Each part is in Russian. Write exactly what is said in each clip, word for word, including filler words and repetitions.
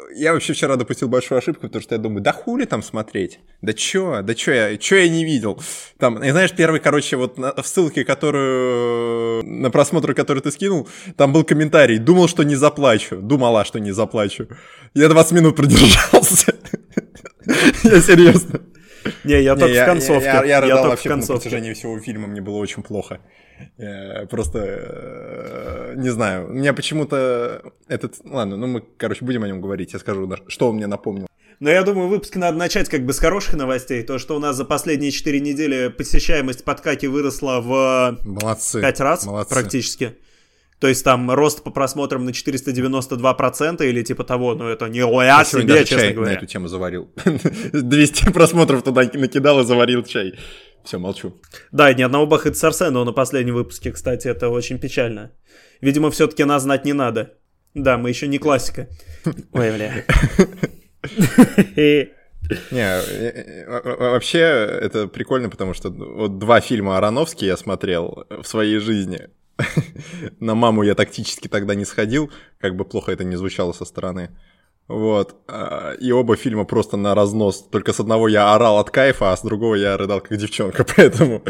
я вообще вчера допустил большую ошибку, потому что я думаю, да хули там смотреть? Да чё? Да чё я, чё я не видел? Там, и знаешь, первый, короче, вот на, в ссылке, которую, на просмотр, который ты скинул, там был комментарий, думал, что не заплачу. Думала, что не заплачу. Я двадцать минут продержался. Я серьезно. Не, я только в концовке. Я, я, я, я рыдал я вообще на протяжении всего фильма, мне было очень плохо. Я просто не знаю. У меня почему-то этот... Ладно, ну мы, короче, будем о нем говорить. Я скажу, что он мне напомнил. Но я думаю, выпуск надо начать как бы с хороших новостей. То, что у нас за последние четыре недели посещаемость подкаки выросла в Молодцы. пять раз Молодцы. Практически. То есть там рост по просмотрам на четыреста девяносто два процента или типа того, но это не я себе, честно чай говоря. На эту тему заварил. двести просмотров туда накидал и заварил чай. Все, молчу. Да, и ни одного Бахыта Арсенова на последнем выпуске, кстати, это очень печально. Видимо, все-таки нас знать не надо. Да, мы еще не классика. Ой, бля. Не, вообще это прикольно, потому что вот два фильма Аронофски я смотрел в своей жизни. На маму я тактически тогда не сходил, как бы плохо это не звучало со стороны. Вот. И оба фильма просто на разнос. Только с одного я орал от кайфа, а с другого я рыдал как девчонка. Поэтому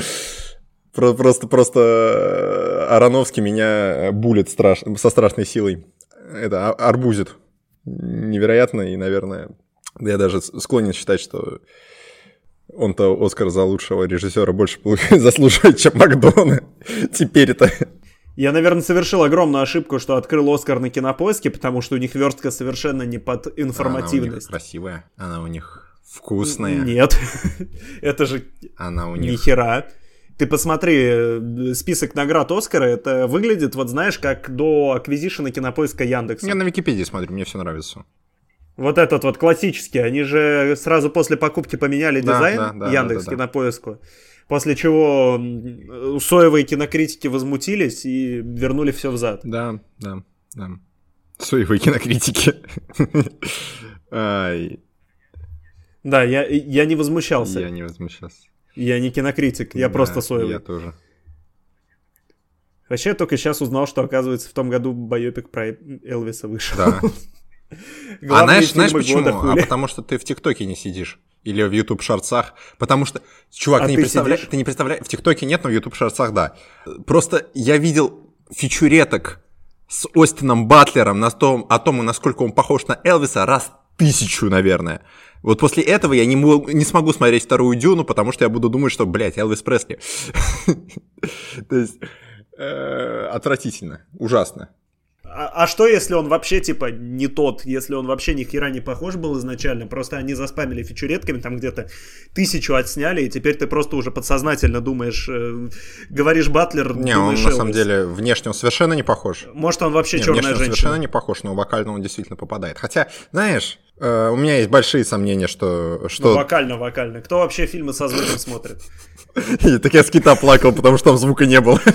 просто-просто Аронофски меня булит страш... со страшной силой. Это арбузит. Невероятно, и, наверное, я даже склонен считать, что он-то Оскар за лучшего режиссера больше заслуживает, чем Макдона. Теперь это... Я, наверное, совершил огромную ошибку, что открыл Оскар на Кинопоиске, потому что у них верстка совершенно не под информативность. Она у них красивая, она у них вкусная. Нет, это же она у них... нихера. Ты посмотри, список наград Оскара, это выглядит, вот знаешь, как до аквизишена Кинопоиска Яндекса. Я на Википедии смотрю, мне все нравится. Вот этот вот классический, они же сразу после покупки поменяли да, дизайн да, да, Яндекс да, да, Кинопоиску, да. После чего соевые кинокритики возмутились и вернули все взад. Да, да, да. Соевые кинокритики. Да, я, я не возмущался. Я не возмущался. Я не кинокритик, я да, просто соевый. Я тоже. Вообще, я только сейчас узнал, что, оказывается, в том году байопик про Элвиса вышел. Да. А знаешь, знаешь почему? А потому что ты в ТикТоке не сидишь. Или в YouTube шортсах. Потому что, чувак, а ты, ты, не представляешь, ты не представляешь, в ТикТоке нет, но в YouTube шортсах да. Просто я видел фичуреток с Остином Батлером на том, о том, насколько он похож на Элвиса, раз тысячу, наверное. Вот после этого я не, мог, не смогу смотреть вторую Дюну, потому что я буду думать, что, блядь, Элвис Пресли. То есть, отвратительно, ужасно. А, а что, если он вообще, типа, не тот, если он вообще ни хера не похож был изначально, просто они заспамили фичуретками, там где-то тысячу отсняли, и теперь ты просто уже подсознательно думаешь, э, говоришь Батлер, не, думаешь он на самом деле внешне он совершенно не похож. Может, он вообще не, черная внешне женщина. Он совершенно не похож, но вокально он действительно попадает. Хотя, знаешь, э, у меня есть большие сомнения, что... что... Ну, вокально, вокально. Кто вообще фильмы со звуком смотрит? Так я с Кита плакал, потому что там звука не было.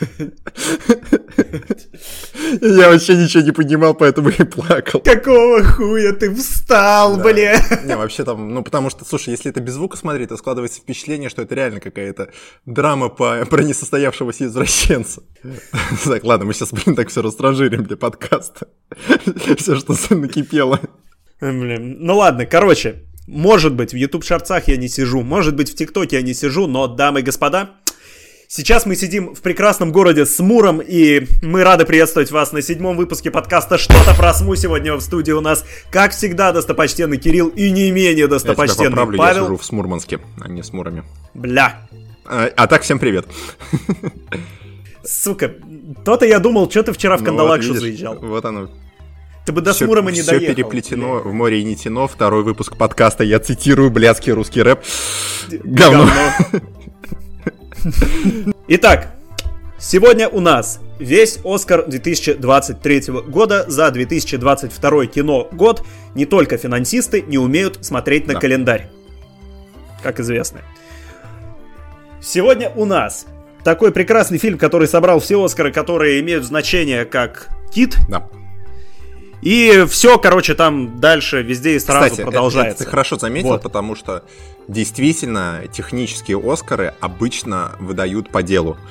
Я вообще ничего не понимал, поэтому и плакал. Какого хуя ты встал, да. Бля? Не, вообще там, ну потому что, слушай, если это без звука смотреть, то складывается впечатление, что это реально какая-то драма по, про несостоявшегося извращенца. Так, ладно, мы сейчас, блин, так все растранжирим для подкаста. Все, что накипело. Блин, ну ладно, короче, может быть, в YouTube-шортсах я не сижу, может быть, в ТикТоке я не сижу, но, дамы и господа, сейчас мы сидим в прекрасном городе Смуром, и мы рады приветствовать вас на седьмом выпуске подкаста «Что-то про СМУ». Сегодня в студии у нас, как всегда, достопочтенный Кирилл и не менее достопочтенный я тебя поправлю, Павел. Я сижу в Смурманске, а не с Мурами. Бля. А, а так, всем привет. Сука, то-то я думал, что ты вчера в Кандалакшу ну, вот, заезжал. Вот оно. Ты бы до все, Смурома не все доехал. Все переплетено, бля. В море и не тяно. Второй выпуск подкаста, я цитирую блядский русский рэп. Говно. Итак, сегодня у нас весь Оскар две тысячи двадцать третьего года за две тысячи двадцать второй кино год. Не только финансисты не умеют смотреть на да. календарь, как известно. Сегодня у нас такой прекрасный фильм, который собрал все Оскары, которые имеют значение как «Кит». Да. И все, короче, там дальше везде и сразу Кстати, продолжается. Это, это ты хорошо заметил, вот. Потому что действительно технические Оскары обычно выдают по делу.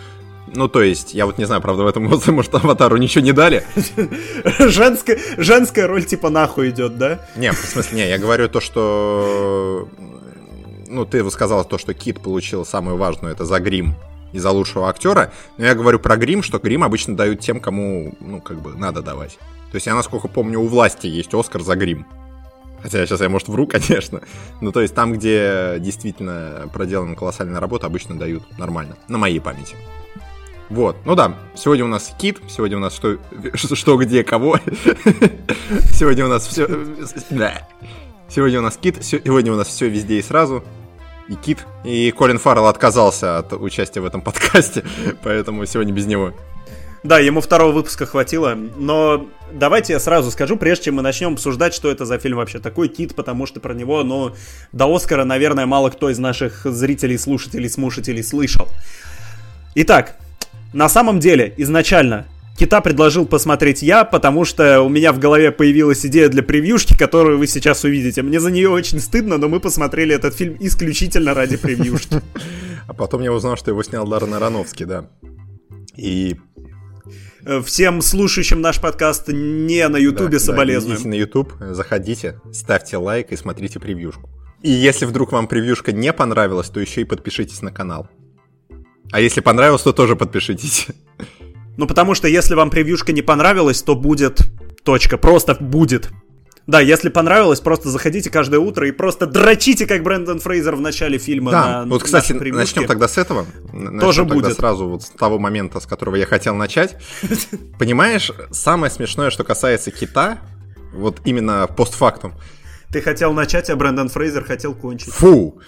Ну, то есть, я вот не знаю, правда, в этом моде, может, Аватару ничего не дали. Женская, женская роль типа нахуй идет, да? Не, в смысле, не, я говорю то, что... Ну, ты сказала то, что Кит получил самую важную, это за грим и за лучшего актера. Но я говорю про грим, что грим обычно дают тем, кому, ну, как бы, надо давать. То есть, я, насколько помню, у власти есть Оскар за грим. Хотя сейчас я, может, вру, конечно. Ну, то есть, там, где действительно проделана колоссальная работа, обычно дают нормально. На моей памяти. Вот, ну да, сегодня у нас Кит, сегодня у нас что, что где, кого. Сегодня у нас все... Сегодня у нас Кит, сегодня у нас все везде и сразу. И Кит. И Колин Фаррелл отказался от участия в этом подкасте, поэтому сегодня без него. Да, ему второго выпуска хватило, но давайте я сразу скажу, прежде чем мы начнем обсуждать, что это за фильм вообще такой, Кит, потому что про него, ну, до Оскара, наверное, мало кто из наших зрителей, слушателей, смушателей слышал. Итак, на самом деле, изначально Кита предложил посмотреть я, потому что у меня в голове появилась идея для превьюшки, которую вы сейчас увидите. Мне за нее очень стыдно, но мы посмотрели этот фильм исключительно ради превьюшки. А потом я узнал, что его снял Даррен Аронофски, да. И... Всем слушающим наш подкаст не на Ютубе, да, соболезнуем. Да, идите на Ютуб, заходите, ставьте лайк и смотрите превьюшку. И если вдруг вам превьюшка не понравилась, то еще и подпишитесь на канал. А если понравилось, то тоже подпишитесь. Ну, потому что если вам превьюшка не понравилась, то будет... Точка. Просто будет. Да, если понравилось, просто заходите каждое утро и просто дрочите, как Брэндон Фрейзер в начале фильма. Да, на вот, кстати, начнем тогда с этого. Тоже начнем будет. Тогда сразу вот с того момента, с которого я хотел начать. Понимаешь, самое смешное, что касается Кита, вот именно постфактум. Ты хотел начать, а Брэндон Фрейзер хотел кончить. Фу!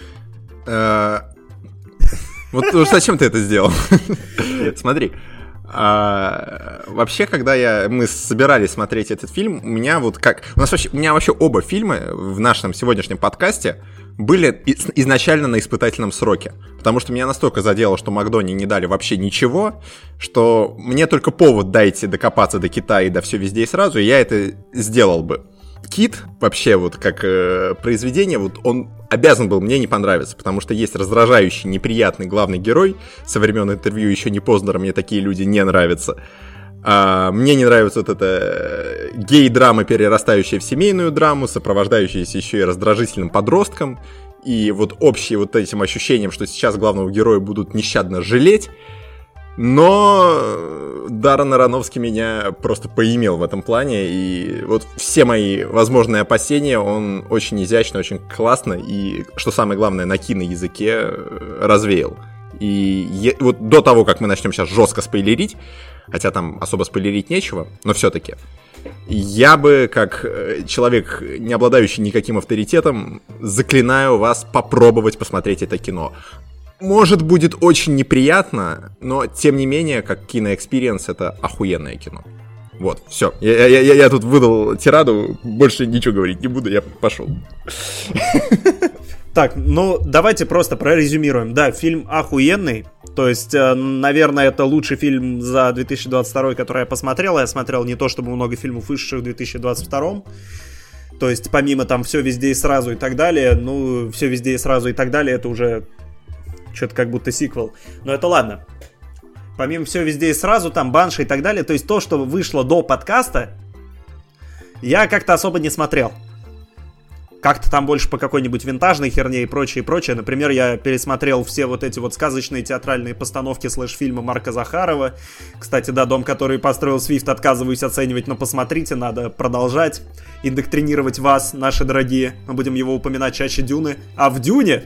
Вот зачем ты это сделал? Смотри. А, вообще, когда я, мы собирались смотреть этот фильм, у меня вот как... У нас вообще, у меня вообще оба фильма в нашем сегодняшнем подкасте были изначально на испытательном сроке. Потому что меня настолько задело, что Макдони не дали вообще ничего, что мне только повод дайте докопаться до Кита и до все везде и сразу, и я это сделал бы. Кит, вообще, вот как э, произведение, вот он обязан был мне не понравиться, потому что есть раздражающий, неприятный главный герой. Со времен интервью еще не Познера мне такие люди не нравятся. А, мне не нравится вот эта гей-драма, перерастающая в семейную драму, сопровождающаяся еще и раздражительным подростком. И вот общие вот этим ощущением, что сейчас главного героя будут нещадно жалеть. Но Даррен Аронофски меня просто поимел в этом плане, и вот все мои возможные опасения он очень изящно, очень классно, и, что самое главное, на киноязыке развеял. И е- вот до того, как мы начнем сейчас жестко спойлерить, хотя там особо спойлерить нечего, но все-таки, я бы, как человек, не обладающий никаким авторитетом, заклинаю вас попробовать посмотреть это кино. Может, будет очень неприятно, но, тем не менее, как киноэкспириенс, это охуенное кино. Вот, все. Я, я, я, я тут выдал тираду, больше ничего говорить не буду, я пошел. Так, ну, давайте просто прорезюмируем. Да, фильм охуенный. То есть, наверное, это лучший фильм за две тысячи двадцать второй, который я посмотрел. Я смотрел не то чтобы много фильмов, вышедших в две тысячи двадцать втором. То есть, помимо там «Все везде и сразу» и так далее, ну, «Все везде и сразу» и так далее, это уже... Что-то как будто сиквел. Но это ладно. Помимо «Все везде и сразу», там «Банши» и так далее. То есть то, что вышло до подкаста, я как-то особо не смотрел. Как-то там больше по какой-нибудь винтажной херне и прочее, и прочее. Например, я пересмотрел все вот эти вот сказочные театральные постановки слэш-фильма Марка Захарова. Кстати, да, «Дом, который построил Свифт», отказываюсь оценивать, но посмотрите, надо продолжать индоктринировать вас, наши дорогие. Мы будем его упоминать чаще «Дюны». А в «Дюне»...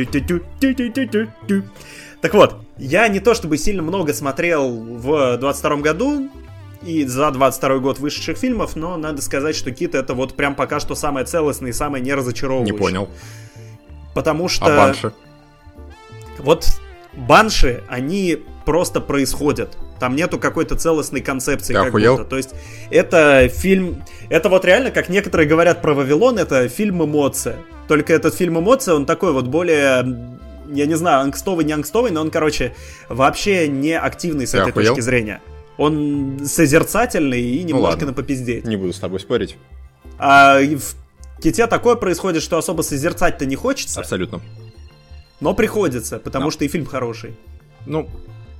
Так вот, я не то чтобы сильно много смотрел в двадцать втором году и за двадцать второй год вышедших фильмов, но надо сказать, что «Кит» — это вот прям пока что самое целостное и самое не разочаровывающее. Не понял. Потому что... А «Банши»? Вот «Банши», они просто происходят. Там нету какой-то целостной концепции. Ты как охуел? будто. То есть это фильм... Это вот реально, как некоторые говорят про «Вавилон», это фильм-эмоция. Только этот фильм-эмоция, он такой вот более... Я не знаю, ангстовый, не ангстовый, но он, короче, вообще не активный с Ты этой охуел? точки зрения. Он созерцательный и немножко ну, на попиздеть. Не буду с тобой спорить. А в «Ките» такое происходит, что особо созерцать-то не хочется. Абсолютно. Но приходится, потому Но. что и фильм хороший. Ну,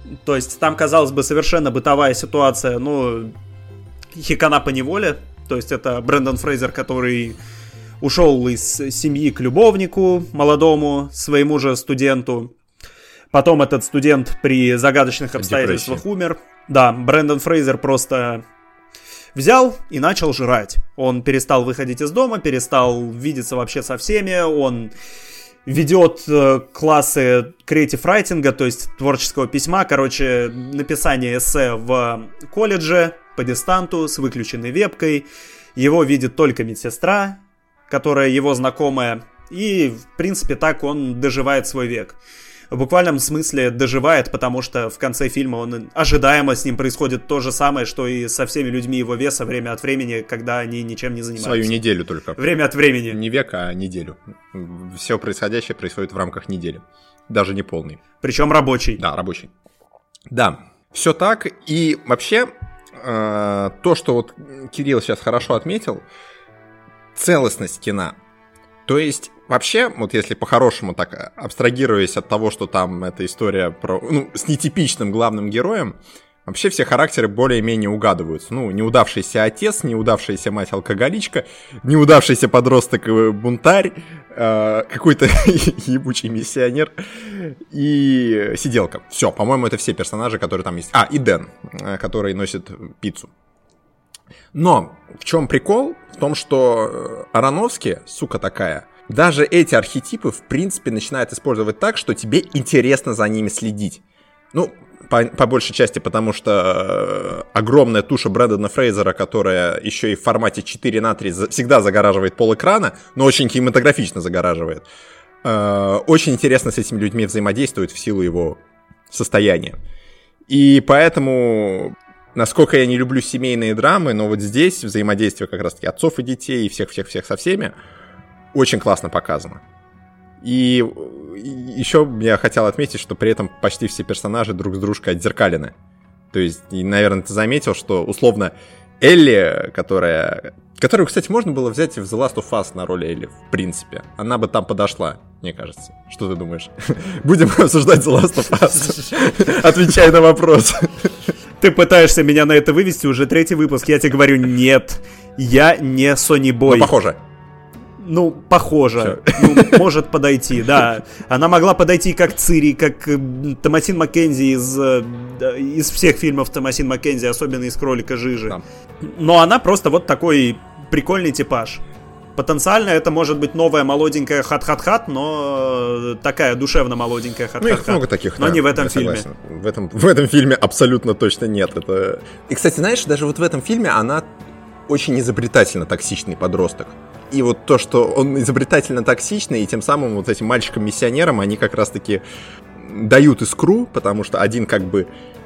То есть там, казалось бы, совершенно бытовая ситуация, ну, хикана по неволе. То есть это Брендон Фрейзер, который ушел из семьи к любовнику молодому, своему же студенту. Потом этот студент при загадочных обстоятельствах Депрессия. умер. Да, Брендон Фрейзер просто взял и начал жрать. Он перестал выходить из дома, перестал видеться вообще со всеми, он ведет э, классы creative writing, то есть творческого письма, короче, написание эссе в колледже по дистанту с выключенной вебкой. Его видит только медсестра, которая его знакомая, и, в принципе, так он доживает свой век. В буквальном смысле доживает, потому что в конце фильма он ожидаемо с ним происходит то же самое, что и со всеми людьми его веса время от времени, когда они ничем не занимаются. Свою неделю только. Время от времени. Не век, а неделю. Все происходящее происходит в рамках недели. Даже не полный. Причем рабочий. Да, рабочий. Да, все так. И вообще, э, то, что вот Кирилл сейчас хорошо отметил, целостность кино. То есть, вообще, вот если по-хорошему так абстрагируясь от того, что там эта история про, ну, с нетипичным главным героем, вообще все характеры более-менее угадываются. Ну, неудавшийся отец, неудавшаяся мать-алкоголичка, неудавшийся подросток-бунтарь, э, какой-то ебучий миссионер и сиделка. Все, по-моему, это все персонажи, которые там есть. А, и Дэн, который носит пиццу. Но в чем прикол? В том, что Аронофски, сука такая, даже эти архетипы, в принципе, начинает использовать так, что тебе интересно за ними следить. Ну, по, по большей части, потому что огромная туша Брэндона Фрейзера, которая еще и в формате четыре на три всегда загораживает полэкрана, но очень кинематографично загораживает, очень интересно с этими людьми взаимодействовать в силу его состояния. И поэтому... Насколько я не люблю семейные драмы, но вот здесь взаимодействие как раз-таки отцов и детей, и всех-всех-всех со всеми, очень классно показано. И еще я хотел отметить, что при этом почти все персонажи друг с дружкой отзеркалены. То есть, и, наверное, ты заметил, что условно Элли, которая... Которую, кстати, можно было взять в The Last of Us на роль Элли, в принципе. Она бы там подошла, мне кажется. Что ты думаешь? Будем обсуждать The Last of Us. Отвечай на вопрос. Ты пытаешься меня на это вывести, уже третий выпуск. Я тебе говорю, нет, я не Сони Бой. Ну, похоже. Ну, похоже. Ну, может подойти, да. Она могла подойти как Цири, как Томасин Маккензи из, из всех фильмов Томасин Маккензи, особенно из «Кролика Жижи». Да. Но она просто вот такой прикольный типаж. Потенциально это может быть новая молоденькая хат-хат-хат, но такая душевно молоденькая хат-хат-хат. Ну, их много таких, но да, не в этом фильме. В этом, в этом фильме абсолютно точно нет. Это... И, кстати, знаешь, даже вот в этом фильме она очень изобретательно токсичный подросток. И вот то, что он изобретательно токсичный, и тем самым вот этим мальчикам-миссионерам они как раз-таки дают искру, потому что один как бы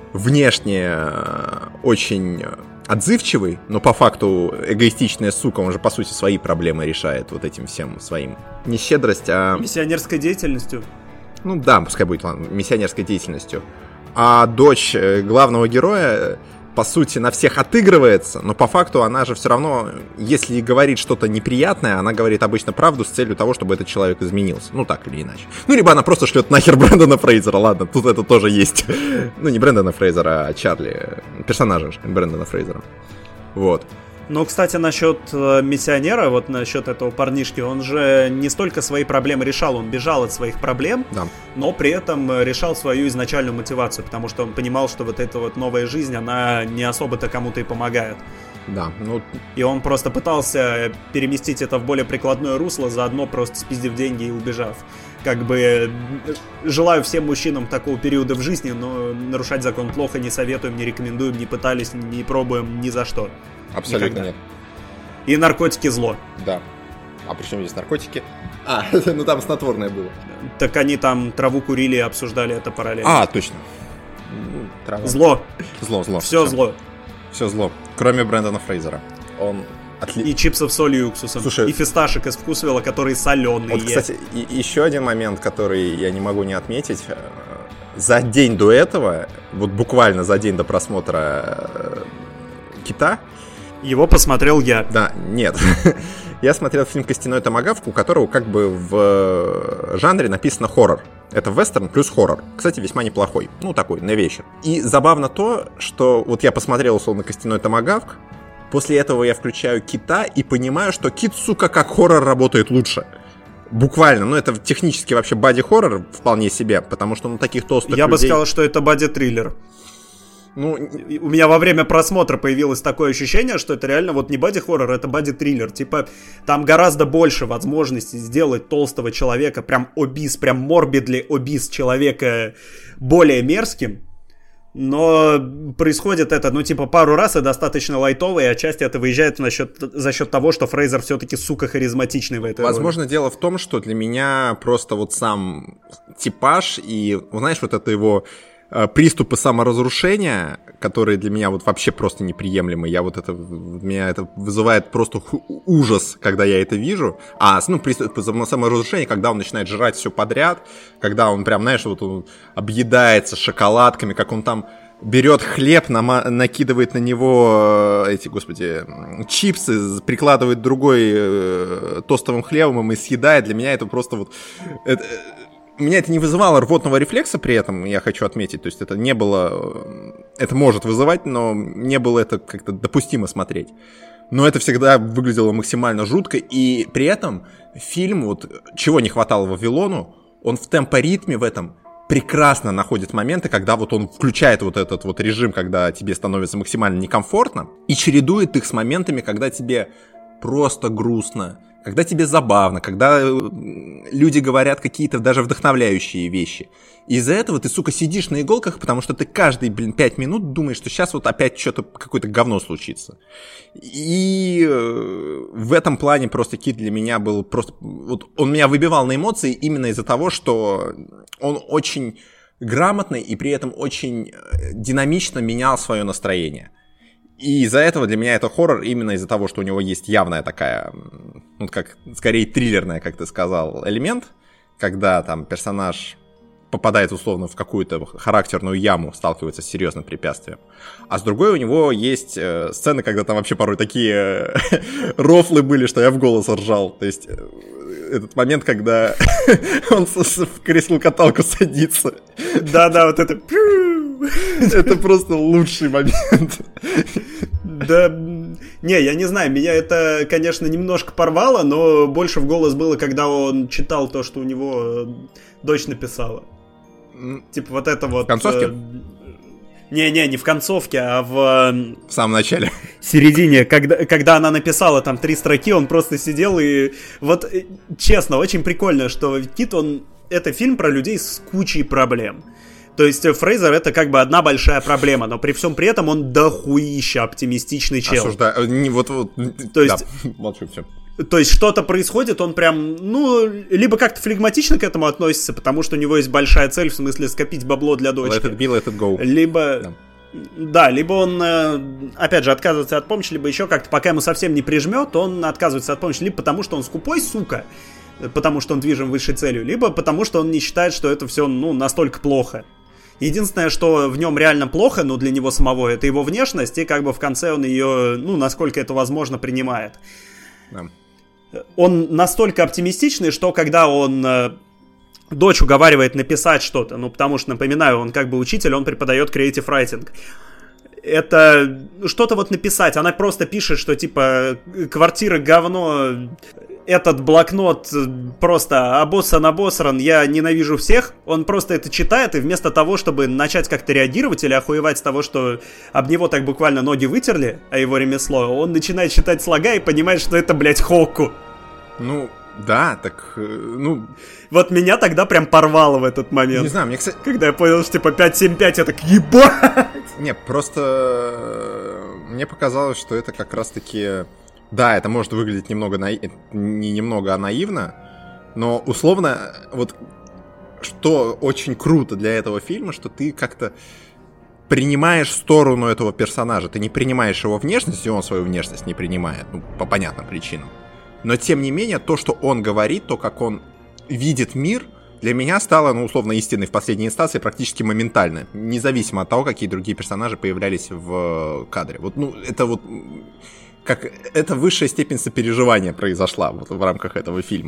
внешне очень... отзывчивый, но по факту эгоистичная сука, он же по сути свои проблемы решает вот этим всем своим. Не щедрость, а... Миссионерской деятельностью. Ну да, пускай будет, ладно, миссионерской деятельностью. А дочь главного героя, по сути, на всех отыгрывается, но по факту она же все равно, если говорит что-то неприятное, она говорит обычно правду с целью того, чтобы этот человек изменился. Ну так или иначе. Ну либо она просто шлет нахер Брэндона Фрейзера, ладно, тут это тоже есть. Ну не Брэндона Фрейзера, а Чарли, персонажа Брэндона Фрейзера. Вот. Ну, кстати, насчет э, миссионера, вот насчет этого парнишки, он же не столько свои проблемы решал, он бежал от своих проблем, да. Но при этом решал свою изначальную мотивацию, потому что он понимал, что вот эта вот новая жизнь, она не особо-то кому-то и помогает. Да, ну... И он просто пытался переместить это в более прикладное русло, заодно просто спиздив деньги и убежав. Как бы желаю всем мужчинам такого периода в жизни, но нарушать закон плохо, не советуем, не рекомендуем, не пытались, не пробуем ни за что. Абсолютно никогда. Нет. И наркотики зло. Да. А при чем здесь наркотики? А, ну там снотворное было. Так они там траву курили и обсуждали это параллельно. А, точно. Трава. Зло. Зло, зло. Все, все зло. Все зло. Кроме Брэндона Фрейзера. Он... Отли... И чипсов с солью и уксусом. Слушай, и фисташек из Вкусвилла, которые соленые. Вот, кстати, и, еще один момент, который я не могу не отметить. За день до этого, вот буквально за день до просмотра «Кита», его посмотрел я. Да, нет. Я смотрел фильм «Костяной томагавк», у которого как бы в жанре написано хоррор. Это вестерн плюс хоррор. Кстати, весьма неплохой. Ну, такой, на вечер. И забавно то, что вот я посмотрел, условно, «Костяной томагавк», после этого я включаю «Кита» и понимаю, что «Кит», сука, как хоррор работает лучше. Буквально. Ну, это технически вообще боди-хоррор вполне себе, потому что, ну, таких толстых Я людей... бы сказал, что это боди-триллер. Ну, у меня во время просмотра появилось такое ощущение, что это реально вот не боди-хоррор, это боди-триллер. Типа, там гораздо больше возможностей сделать толстого человека, прям обиз, прям морбидли обиз человека более мерзким. Но происходит это, ну, типа, пару раз и достаточно лайтово, и отчасти это выезжает за счет, за счет того, что Фрейзер все-таки, сука, харизматичный в этой Возможно, роли. дело в том, что для меня просто вот сам типаж и, знаешь, вот это его... приступы саморазрушения, которые для меня вот вообще просто неприемлемы. Я вот это, меня это вызывает просто ужас, когда я это вижу. А, ну, приступы саморазрушения, когда он начинает жрать все подряд, когда он прям, знаешь, вот он объедается шоколадками, как он там берет хлеб, нама- накидывает на него эти, господи, чипсы, прикладывает другой э, тостовым хлебом и съедает. Для меня это просто вот... Это, меня это не вызывало рвотного рефлекса при этом, я хочу отметить. То есть это не было... Это может вызывать, но не было это как-то допустимо смотреть. Но это всегда выглядело максимально жутко. И при этом фильм, вот чего не хватало Вавилону, он в темпоритме в этом прекрасно находит моменты, когда вот он включает вот этот вот режим, когда тебе становится максимально некомфортно, и чередует их с моментами, когда тебе просто грустно, когда тебе забавно, когда люди говорят какие-то даже вдохновляющие вещи. И из-за этого ты, сука, сидишь на иголках, потому что ты каждые, блин, пять минут думаешь, что сейчас вот опять что-то, какое-то говно случится. И в этом плане просто Кит для меня был просто... Вот он меня выбивал на эмоции именно из-за того, что он очень грамотно и при этом очень динамично менял свое настроение. И из-за этого для меня это хоррор именно из-за того, что у него есть явная такая, ну, как, скорее триллерная, как ты сказал, элемент, когда там персонаж попадает условно в какую-то характерную яму, сталкивается с серьезным препятствием. А с другой у него есть э, сцены, когда там вообще порой такие рофлы были, что я в голос ржал. То есть э, этот момент, когда он в кресло-каталку садится. Да-да, вот это... Это просто лучший момент. Да, не, я не знаю, меня это, конечно, немножко порвало, но больше в голос было, когда он читал то, что у него дочь написала. Типа вот это вот... В концовке? Не-не, не в концовке, а в... В самом начале. В середине, когда, когда она написала там три строки, он просто сидел и... Вот, честно, очень прикольно, что Кит, он... Это фильм про людей с кучей проблем. То есть Фрейзер — это как бы одна большая проблема, но при всем при этом он дохуища оптимистичный чел. Осуждаю. Не, вот, вот, То есть... Да, молчу, все. То есть что-то происходит, он прям, ну, либо как-то флегматично к этому относится, потому что у него есть большая цель, в смысле скопить бабло для дочки. Let it be, let it go. Либо... Да. Да, либо он, опять же, отказывается от помощи, либо еще как-то, пока ему совсем не прижмет, он отказывается от помощи, либо потому что он скупой, сука, потому что он движим высшей целью, либо потому что он не считает, что это все, ну, настолько плохо. Единственное, что в нем реально плохо, ну, для него самого, это его внешность, и как бы в конце он ее, ну, насколько это возможно, принимает. Да. Он настолько оптимистичный, что когда он э, дочь уговаривает написать что-то, ну, потому что, напоминаю, он как бы учитель, он преподает creative writing. Это что-то вот написать, она просто пишет, что типа квартира говно, этот блокнот просто обоссан-обосран, я ненавижу всех. Он просто это читает, и вместо того, чтобы начать как-то реагировать или охуевать с того, что об него так буквально ноги вытерли, а его ремесло, он начинает читать слога и понимает, что это, блядь, Хокку. Ну, да, так, ну... Вот меня тогда прям порвало в этот момент. Не знаю, мне, кстати... Когда я понял, что типа пять семь пять, я так, ебать! Не, просто мне показалось, что это как раз-таки... Да, это может выглядеть немного, наив... не немного, а наивно, но условно, вот что очень круто для этого фильма, что ты как-то принимаешь сторону этого персонажа, ты не принимаешь его внешность, и он свою внешность не принимает, ну, по понятным причинам. Но, тем не менее, то, что он говорит, то, как он видит мир, для меня стало, ну, условно, истиной в последней инстанции практически моментально, независимо от того, какие другие персонажи появлялись в кадре. Вот, ну, это вот... Как это высшая степень сопереживания произошла вот в рамках этого фильма.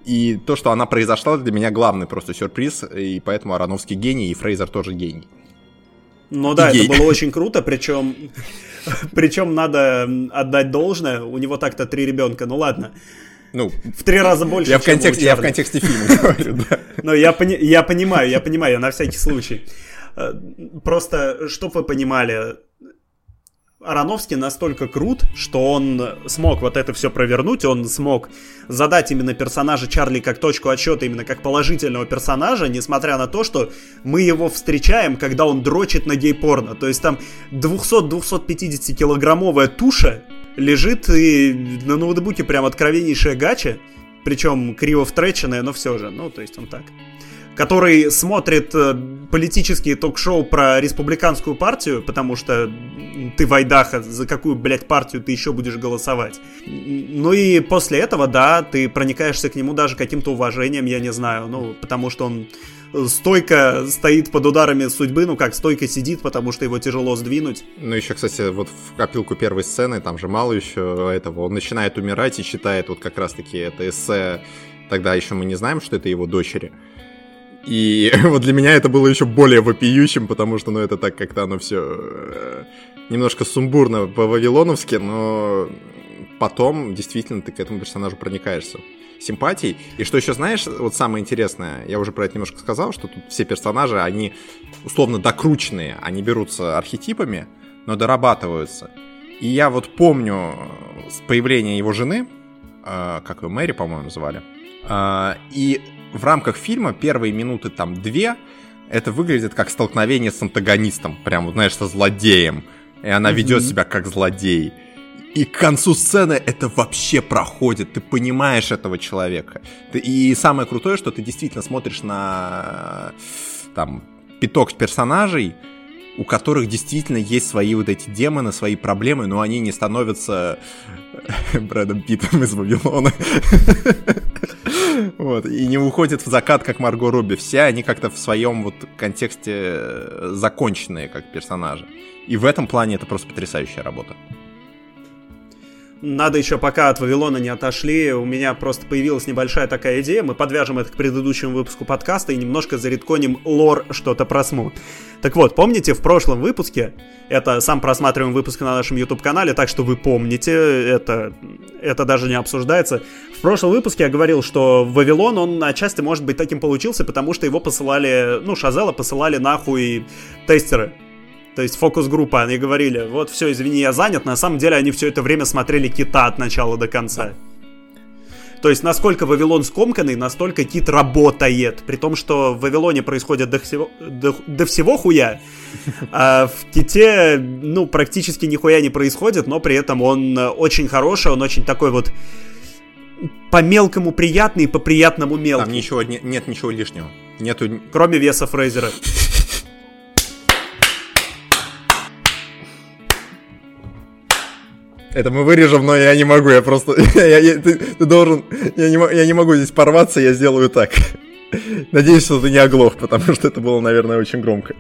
И то, что она произошла, для меня главный просто сюрприз, и поэтому Аронофский гений, и Фрейзер тоже гений. Ну да, это было очень круто, причем, причем надо отдать должное, у него так-то три ребенка, ну ладно. Ну, в три раза больше, я чем в контексте, у Чарли. Я в контексте фильма говорю, да. Ну, я, пони- я понимаю, я понимаю, на всякий случай. Просто, чтоб вы понимали, Аронофский настолько крут, что он смог вот это все провернуть, он смог задать именно персонажа Чарли как точку отсчета, именно как положительного персонажа, несмотря на то, что мы его встречаем, когда он дрочит на гей-порно. То есть там двести-двести пятьдесят килограммовая туша лежит, и на ноутбуке прям откровеннейшая гача, причем криво втреченная, но все же, ну, то есть он так. Который смотрит э, политические ток-шоу про республиканскую партию, потому что ты в Айдахо, за какую, блядь, партию ты еще будешь голосовать. Ну и после этого, да, ты проникаешься к нему даже каким-то уважением, я не знаю, ну, потому что он стойко стоит под ударами судьбы, ну как, стойко сидит, потому что его тяжело сдвинуть. Ну еще, кстати, вот в копилку первой сцены, там же мало еще этого, он начинает умирать и читает вот как раз-таки это эссе, тогда еще мы не знаем, что это его дочери. И вот для меня это было еще более вопиющим, потому что, ну, это так как-то оно все э, немножко сумбурно по-вавилоновски, но потом действительно ты к этому персонажу проникаешься симпатией. И что еще, знаешь, вот самое интересное, я уже про это немножко сказал, что тут все персонажи, они условно докрученные, они берутся архетипами, но дорабатываются. И я вот помню с появления его жены, э, как ее, Мэри, по-моему, звали, э, и в рамках фильма первые минуты там две это выглядит как столкновение с антагонистом, прям, вот, знаешь, со злодеем. И она mm-hmm. ведет себя как злодей. И к концу сцены это вообще проходит. Ты понимаешь этого человека. Ты... И самое крутое, что ты действительно смотришь на там пяток персонажей, у которых действительно есть свои вот эти демоны, свои проблемы, но они не становятся Брэдом Питтом из Вавилона. Вот, и не уходят в закат, как Марго Робби. Все они как-то в своем вот контексте законченные, как персонажи. И в этом плане это просто потрясающая работа. Надо еще, пока от Вавилона не отошли, у меня просто появилась небольшая такая идея. Мы подвяжем это к предыдущему выпуску подкаста и немножко заредконим лор что-то про СМУ. Так вот, помните, в прошлом выпуске, это сам просматриваем выпуск на нашем YouTube-канале, так что вы помните, это, это даже не обсуждается. В прошлом выпуске я говорил, что Вавилон, он отчасти, может быть, таким получился, потому что его посылали, ну, Шазела посылали нахуй тестеры. То есть фокус-группа, они говорили, вот все, извини, я занят. На самом деле они все это время смотрели Кита от начала до конца. То есть насколько Вавилон скомканный, настолько Кит работает. При том, что в Вавилоне происходит до всего, до, до всего хуя, а в Ките, ну, практически нихуя не происходит, но при этом он очень хороший, он очень такой вот по-мелкому приятный, по-приятному мелкий. Там ничего, не, нет ничего лишнего. Нету... Кроме веса Фрейзера. Это мы вырежем, но я не могу, я просто... я, я, ты, ты должен... Я не, я не могу здесь порваться, я сделаю так. Надеюсь, что ты не оглох, потому что это было, наверное, очень громко.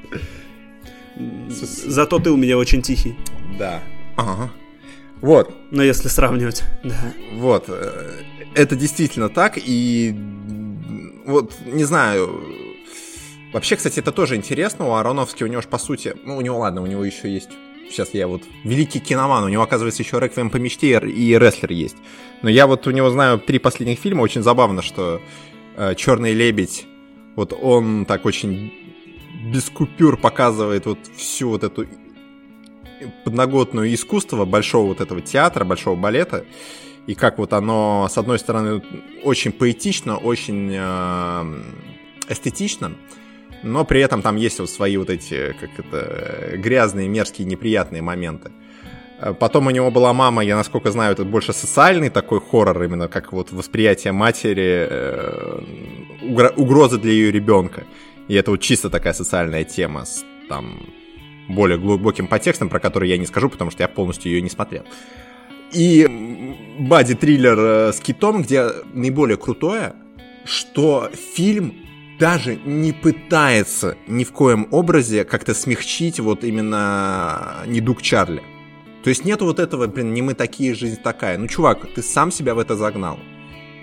Зато ты у меня очень тихий. Да. Ага. Вот. Но если сравнивать, да. Вот. Это действительно так, и... Вот, не знаю... Вообще, кстати, это тоже интересно. У Аронофски, у него же, по сути... Ну, у него, ладно, у него еще есть... Сейчас я вот... Великий киноман. У него, оказывается, еще «Реквием по мечте» и «Рестлер» есть. Но я вот у него знаю три последних фильма. Очень забавно, что э, «Черный лебедь», вот он так очень без купюр показывает вот всю вот эту подноготную искусство большого вот этого театра, большого балета. И как вот оно, с одной стороны, очень поэтично, очень э, эстетично, но при этом там есть вот свои вот эти, как это, грязные, мерзкие, неприятные моменты. Потом у него была «Мама», я, насколько знаю, это больше социальный такой хоррор, именно как вот восприятие матери, э, угрозы для ее ребенка. И это вот чисто такая социальная тема с там более глубоким подтекстом, про который я не скажу, потому что я полностью ее не смотрел. И бади-триллер с Китом, где наиболее крутое, что фильм даже не пытается ни в коем образе как-то смягчить вот именно недуг Чарли. То есть нету вот этого, блин, не мы такие, жизнь такая. Ну, чувак, ты сам себя в это загнал.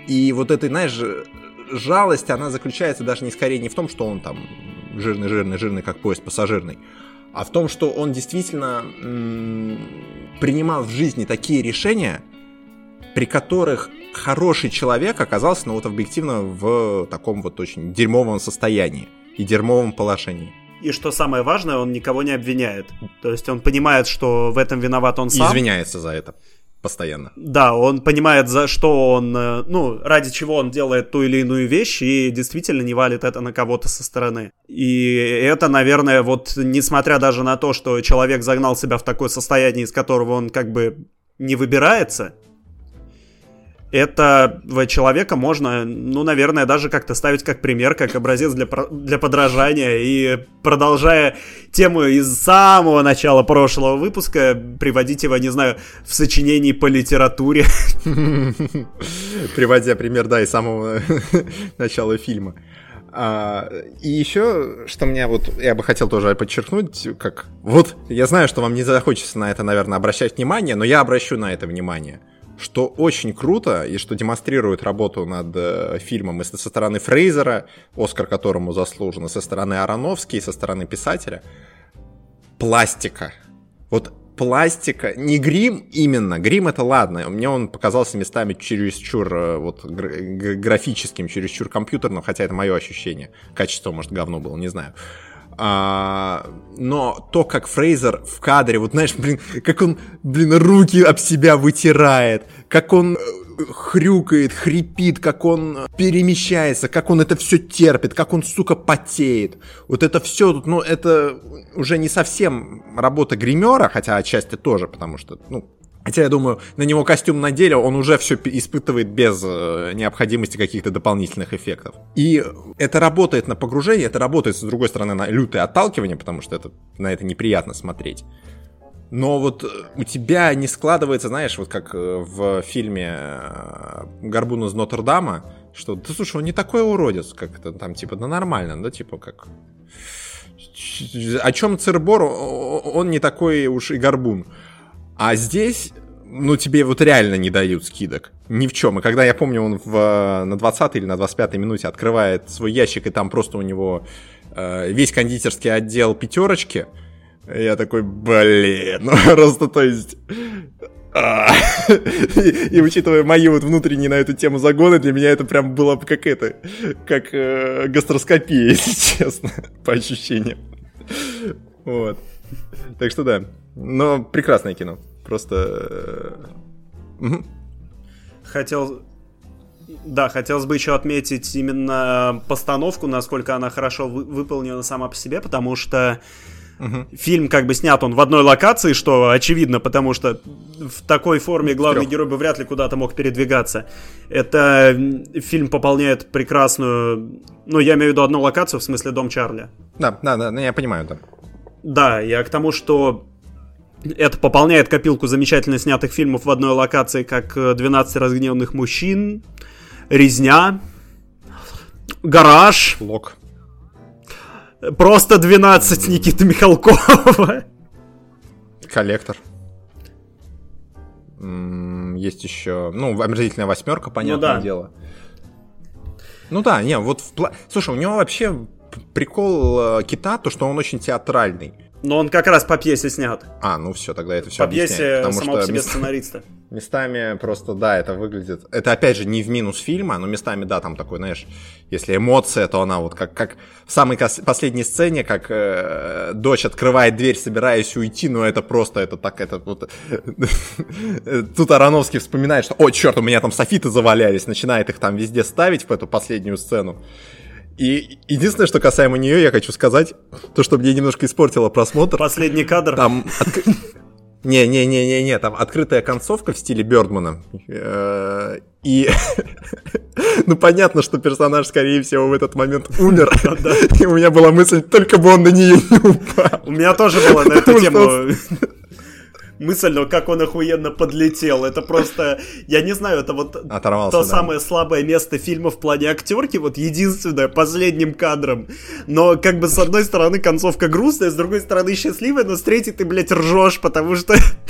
И вот эта, знаешь, жалость, она заключается даже не скорее не в том, что он там жирный-жирный-жирный, как поезд пассажирный, а в том, что он действительно м- принимал в жизни такие решения, при которых хороший человек оказался, ну вот объективно, в таком вот очень дерьмовом состоянии и дерьмовом положении. И что самое важное, он никого не обвиняет. То есть он понимает, что в этом виноват он сам. И извиняется за это постоянно. Да, он понимает, за что он, ну, ради чего он делает ту или иную вещь, и действительно не валит это на кого-то со стороны. И это, наверное, вот несмотря даже на то, что человек загнал себя в такое состояние, из которого он как бы не выбирается, этого человека можно, ну, наверное, даже как-то ставить как пример, как образец для, для подражания. И продолжая тему из самого начала прошлого выпуска, приводить его, не знаю, в сочинении по литературе. Приводя пример, да, из самого начала фильма. А, и еще, что мне вот, я бы хотел тоже подчеркнуть, как, вот, я знаю, что вам не захочется на это, наверное, обращать внимание, но я обращу на это внимание. Что очень круто, и что демонстрирует работу над э, фильмом и со стороны Фрейзера, Оскар которому заслужен, и со стороны Аронофски, и со стороны писателя, пластика. Вот пластика, не грим именно, грим это ладно, мне он показался местами чересчур э, вот, гра- графическим, чересчур компьютерным, хотя это мое ощущение, качество, может, говно было, не знаю. А, но то, как Фрейзер в кадре, вот знаешь, блин, как он, блин, руки об себя вытирает, как он хрюкает, хрипит, как он перемещается, как он это все терпит, как он, сука, потеет. Вот это все, ну, это уже не совсем работа гримера, хотя отчасти тоже, потому что, ну, хотя, я думаю, на него костюм надели, он уже все испытывает без э, необходимости каких-то дополнительных эффектов. И это работает на погружение, это работает, с другой стороны, на лютое отталкивание, потому что это, на это неприятно смотреть. Но вот у тебя не складывается, знаешь, вот как в фильме «Горбун из Нотр-Дама», что, да слушай, он не такой уродец, как это там, типа, да нормально, да, типа, как... О чем Цербор, он не такой уж и горбун. А здесь, ну, тебе вот реально не дают скидок. Ни в чем. И когда, я помню, он в, на двадцатой или на двадцать пятой минуте открывает свой ящик, и там просто у него э, весь кондитерский отдел пятерочки, я такой, блин, ну, просто, то есть... И, и учитывая мои вот внутренние на эту тему загоны, для меня это прям было как это, как э, гастроскопия, если честно, по ощущениям. Вот. Так что да. Но прекрасное кино. Просто... Угу. Хотел... Да, хотелось бы еще отметить именно постановку, насколько она хорошо вы- выполнена сама по себе, потому что угу. фильм как бы снят он в одной локации, что очевидно, потому что в такой форме главный Трех. герой бы вряд ли куда-то мог передвигаться. Это фильм пополняет прекрасную... Ну, я имею в виду одну локацию, в смысле Дом Чарли. Да, да, да, я понимаю, да. Да, я к тому, что это пополняет копилку замечательно снятых фильмов в одной локации, как «двенадцать разгневанных мужчин», «Резня», «Гараж», «Лок», просто двенадцать Никиты Михалкова, «Коллектор». Есть еще, ну, «Омерзительная восьмерка», понятное ну, да. дело. Ну да, не, вот, в пла... слушай, у него вообще прикол Кита, то, что он очень театральный. Но он как раз по пьесе снят. А, ну все, тогда это все по объясняет. По пьесе самого по себе мест... сценариста. Местами просто, да, это выглядит... Это, опять же, не в минус фильма, но местами, да, там такой, знаешь, если эмоция, то она вот как, как в самой кос... последней сцене, как э, дочь открывает дверь, собираясь уйти, но это просто, это так, это вот... Тут Аронофски вспоминает, что, о, черт, у меня там софиты завалялись, начинает их там везде ставить в эту последнюю сцену. И единственное, что касаемо нее, я хочу сказать, то, что мне немножко испортило просмотр. Последний кадр. Там... Не-не-не-не-не, там открытая концовка в стиле Бёрдмана. И, ну, понятно, что персонаж, скорее всего, в этот момент умер. И у меня была мысль, только бы он на нее не упал. У меня тоже была на эту тему мысль, но как он охуенно подлетел. Это просто, я не знаю, это вот Оторвался, то да. самое слабое место фильма в плане актерки, вот единственное, последним кадром. Но как бы с одной стороны концовка грустная, с другой стороны счастливая, но с третьей ты, блядь, ржешь, потому что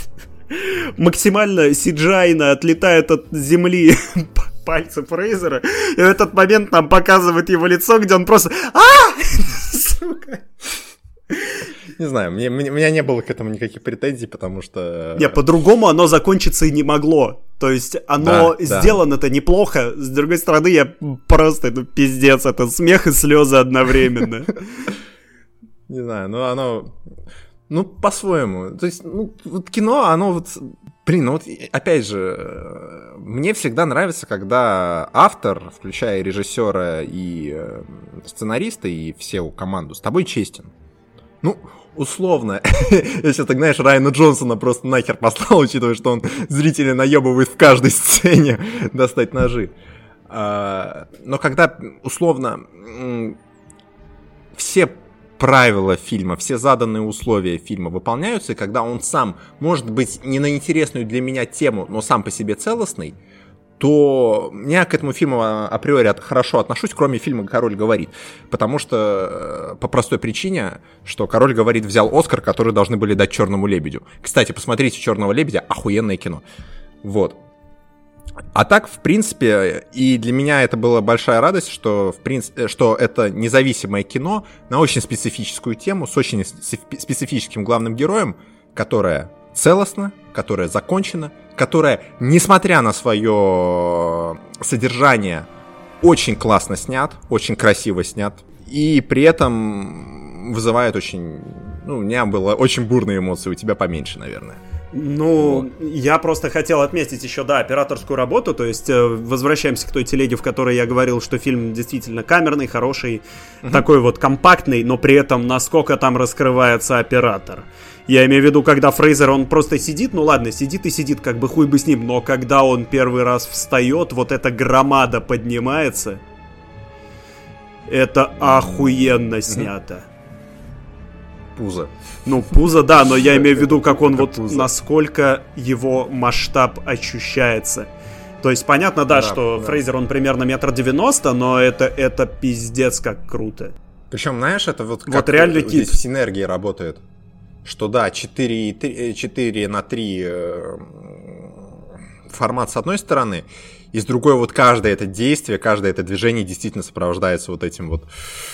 максимально си джи ай-на отлетает от земли пальцы Фрейзера, и в этот момент нам показывает его лицо, где он просто а сука. Не знаю, мне, у меня не было к этому никаких претензий, потому что... Не, по-другому оно закончиться и не могло. То есть оно да, сделано-то да. неплохо. С другой стороны, я просто, ну, пиздец, это смех и слезы одновременно. Не знаю, ну оно... Ну, по-своему. То есть, ну, вот кино, оно вот... Блин, ну вот, опять же, мне всегда нравится, когда автор, включая режиссера и сценариста, и всю команду, с тобой честен. Ну, условно, я сейчас, так знаешь, Райана Джонсона просто нахер послал, учитывая, что он зрителя наебывает в каждой сцене достать ножи. Но когда, условно, все правила фильма, все заданные условия фильма выполняются, и когда он сам, может быть, не на интересную для меня тему, но сам по себе целостный, то я к этому фильму априори хорошо отношусь, кроме фильма «Король говорит». Потому что, по простой причине, что «Король говорит» взял Оскар, который должны были дать «Черному лебедю». Кстати, посмотрите «Черного лебедя», охуенное кино. Вот. А так, в принципе, и для меня это была большая радость, что, в принципе, что это независимое кино на очень специфическую тему, с очень специфическим главным героем, которое целостно, которое закончено, которое, несмотря на свое содержание, очень классно снят, очень красиво снят, и при этом вызывает очень... Ну, у меня было очень бурные эмоции, у тебя поменьше, наверное. Ну, вот. Я просто хотел отметить еще, да, операторскую работу, то есть э, возвращаемся к той телеге, в которой я говорил, что фильм действительно камерный, хороший, uh-huh. такой вот компактный, но при этом насколько там раскрывается оператор. Я имею в виду, когда Фрейзер, он просто сидит, ну ладно, сидит и сидит, как бы хуй бы с ним, но когда он первый раз встает, вот эта громада поднимается, это охуенно снято. Пузо. Ну, пузо, да, но я имею в виду, как он вот, насколько его масштаб ощущается. То есть, понятно, да, да что да. Фрейзер, он примерно метр девяносто, но это, это пиздец как круто. Причем, знаешь, это вот как вот реально здесь в синергии работает. Что да, четыре на три формат с одной стороны, и с другой вот каждое это действие, каждое это движение действительно сопровождается вот этим вот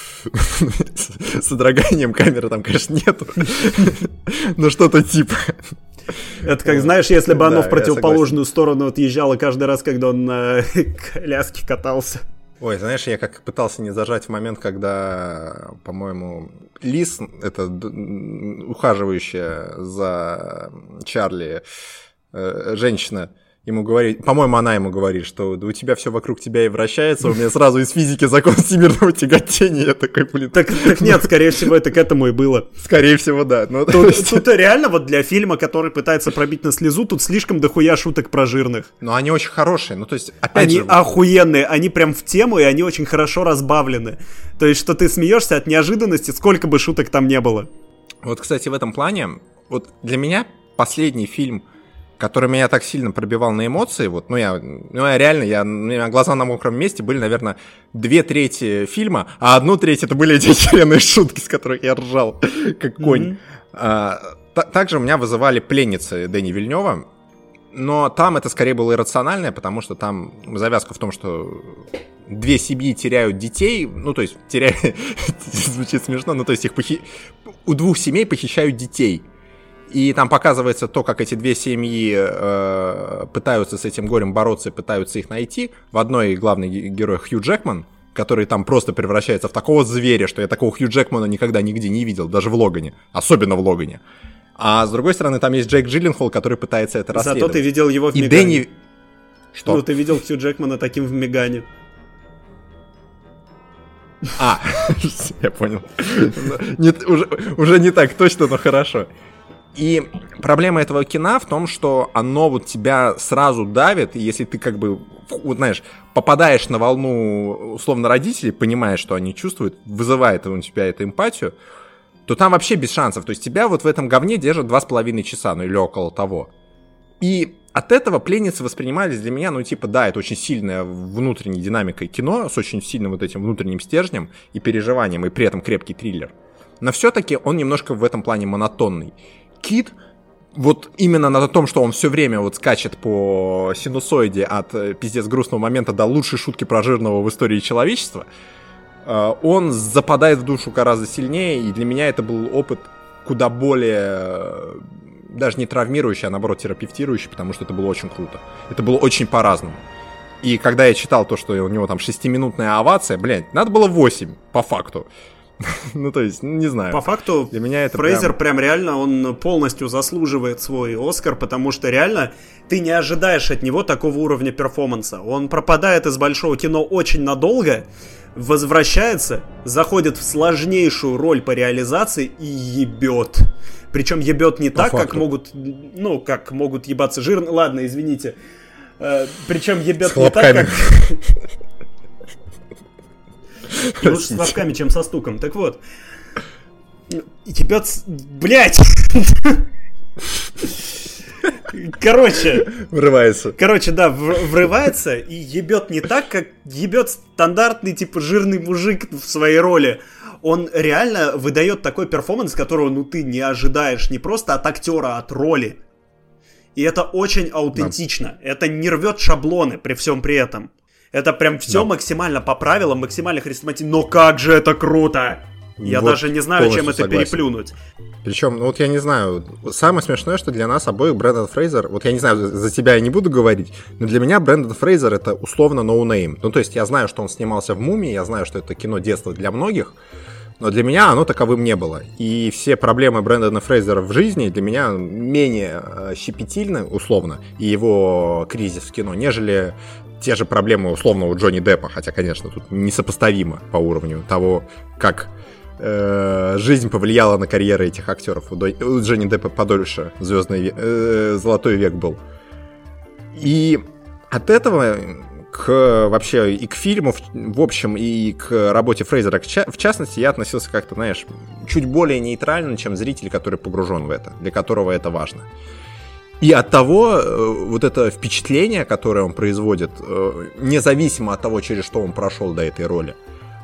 содроганием. Камеры там, конечно, нету, но что-то типа. Это как, знаешь, если бы оно да, в противоположную сторону отъезжало каждый раз, когда он на коляске катался. Ой, знаешь, я как пытался не зажать в момент, когда, по-моему, Лиз, это ухаживающая за Чарли э, женщина, ему говорит, по-моему, она ему говорит, что у тебя все вокруг тебя и вращается, у меня сразу из физики закон всемирного тяготения. Я такой, блин. Так, так нет, скорее всего, это к этому и было. Скорее всего, да. Но, тут, есть... тут реально вот для фильма, который пытается пробить на слезу, тут слишком дохуя шуток про жирных. Но они очень хорошие, ну то есть, опять они же... Они охуенные, они прям в тему, и они очень хорошо разбавлены. То есть, что ты смеешься от неожиданности, сколько бы шуток там не было. Вот, кстати, в этом плане, вот для меня последний фильм, который меня так сильно пробивал на эмоции, вот, ну я, ну я реально, я, у меня глаза на мокром месте были, наверное, две трети фильма, а одну треть это были эти охеренные шутки, с которых я ржал, как конь. Mm-hmm. А, та- также у меня вызывали «Пленницы» Дэни Вильнёва, но там это скорее было иррациональное, потому что там завязка в том, что две семьи теряют детей, ну то есть теряют, звучит смешно, ну то есть их похи... у двух семей похищают детей. И там показывается то, как эти две семьи э, пытаются с этим горем бороться и пытаются их найти. В одной главный герой Хью Джекман, который там просто превращается в такого зверя, что я такого Хью Джекмана никогда нигде не видел, даже в Логане, особенно в Логане. А с другой стороны, там есть Джейк Джилленхол, который пытается это расследовать. Зато ты видел его в и Мегане. Дэнни... Что? Ну, ты видел Хью Джекмана таким в Мегане. А, я понял. уже, уже не так точно, но хорошо. И проблема этого кино в том, что оно вот тебя сразу давит, и если ты как бы, вот знаешь, попадаешь на волну, условно, родителей, понимаешь, что они чувствуют, вызывает у тебя эту эмпатию, то там вообще без шансов. То есть тебя вот в этом говне держат два с половиной часа, ну или около того. И от этого «Пленницы» воспринимались для меня, ну типа, да, это очень сильная внутренняя динамика кино, с очень сильным вот этим внутренним стержнем и переживанием, и при этом крепкий триллер. Но все-таки он немножко в этом плане монотонный. Кид, вот именно на том, что он все время вот скачет по синусоиде от пиздец грустного момента до лучшей шутки про жирного в истории человечества, он западает в душу гораздо сильнее, и для меня это был опыт куда более, даже не травмирующий, а наоборот терапевтирующий, потому что это было очень круто. Это было очень по-разному. И когда я читал то, что у него там шестиминутная овация, блядь, надо было восемь, по факту. Ну, то есть, не знаю. По факту, для меня это Фрейзер прям... прям реально, он полностью заслуживает свой Оскар, потому что реально ты не ожидаешь от него такого уровня перформанса. Он пропадает из большого кино очень надолго, возвращается, заходит в сложнейшую роль по реализации и ебет. Причем ебет не по так, факту. как могут, ну, как могут ебаться жирные. Ладно, извините. Причем ебет не так, как... И лучше с хлопками, чем со стуком. Так вот. Ебет... Блять! Короче. Врывается. Короче, да, врывается и ебет не так, как ебет стандартный, типа, жирный мужик в своей роли. Он реально выдает такой перформанс, которого, ну, ты не ожидаешь не просто от актера, а от роли. И это очень аутентично. Да. Это не рвет шаблоны при всем при этом. Это прям все да. максимально по правилам, максимально хрестоматично. Но как же это круто! Я вот даже не знаю, чем это согласен. переплюнуть. Причем, ну вот я не знаю, самое смешное, что для нас обоих Брендон Фрейзер, вот я не знаю, за тебя я не буду говорить, но для меня Брендон Фрейзер это условно ноунейм. Ну то есть я знаю, что он снимался в «Мумии», я знаю, что это кино детства для многих, но для меня оно таковым не было. И все проблемы Брэндона Фрейзера в жизни для меня менее щепетильны, условно, и его кризис в кино, нежели те же проблемы условного Джонни Деппа. Хотя, конечно, тут несопоставимо по уровню того, как э, жизнь повлияла на карьеры этих актеров. У, До... у Джонни Деппа подольше звездный э, золотой век был. И от этого... к вообще и к фильму в, в общем, и к работе Фрейзера в частности, я относился как-то, знаешь, чуть более нейтрально, чем зритель, который погружен в это, для которого это важно. И от того, вот это впечатление, которое он производит, независимо от того, через что он прошел до этой роли,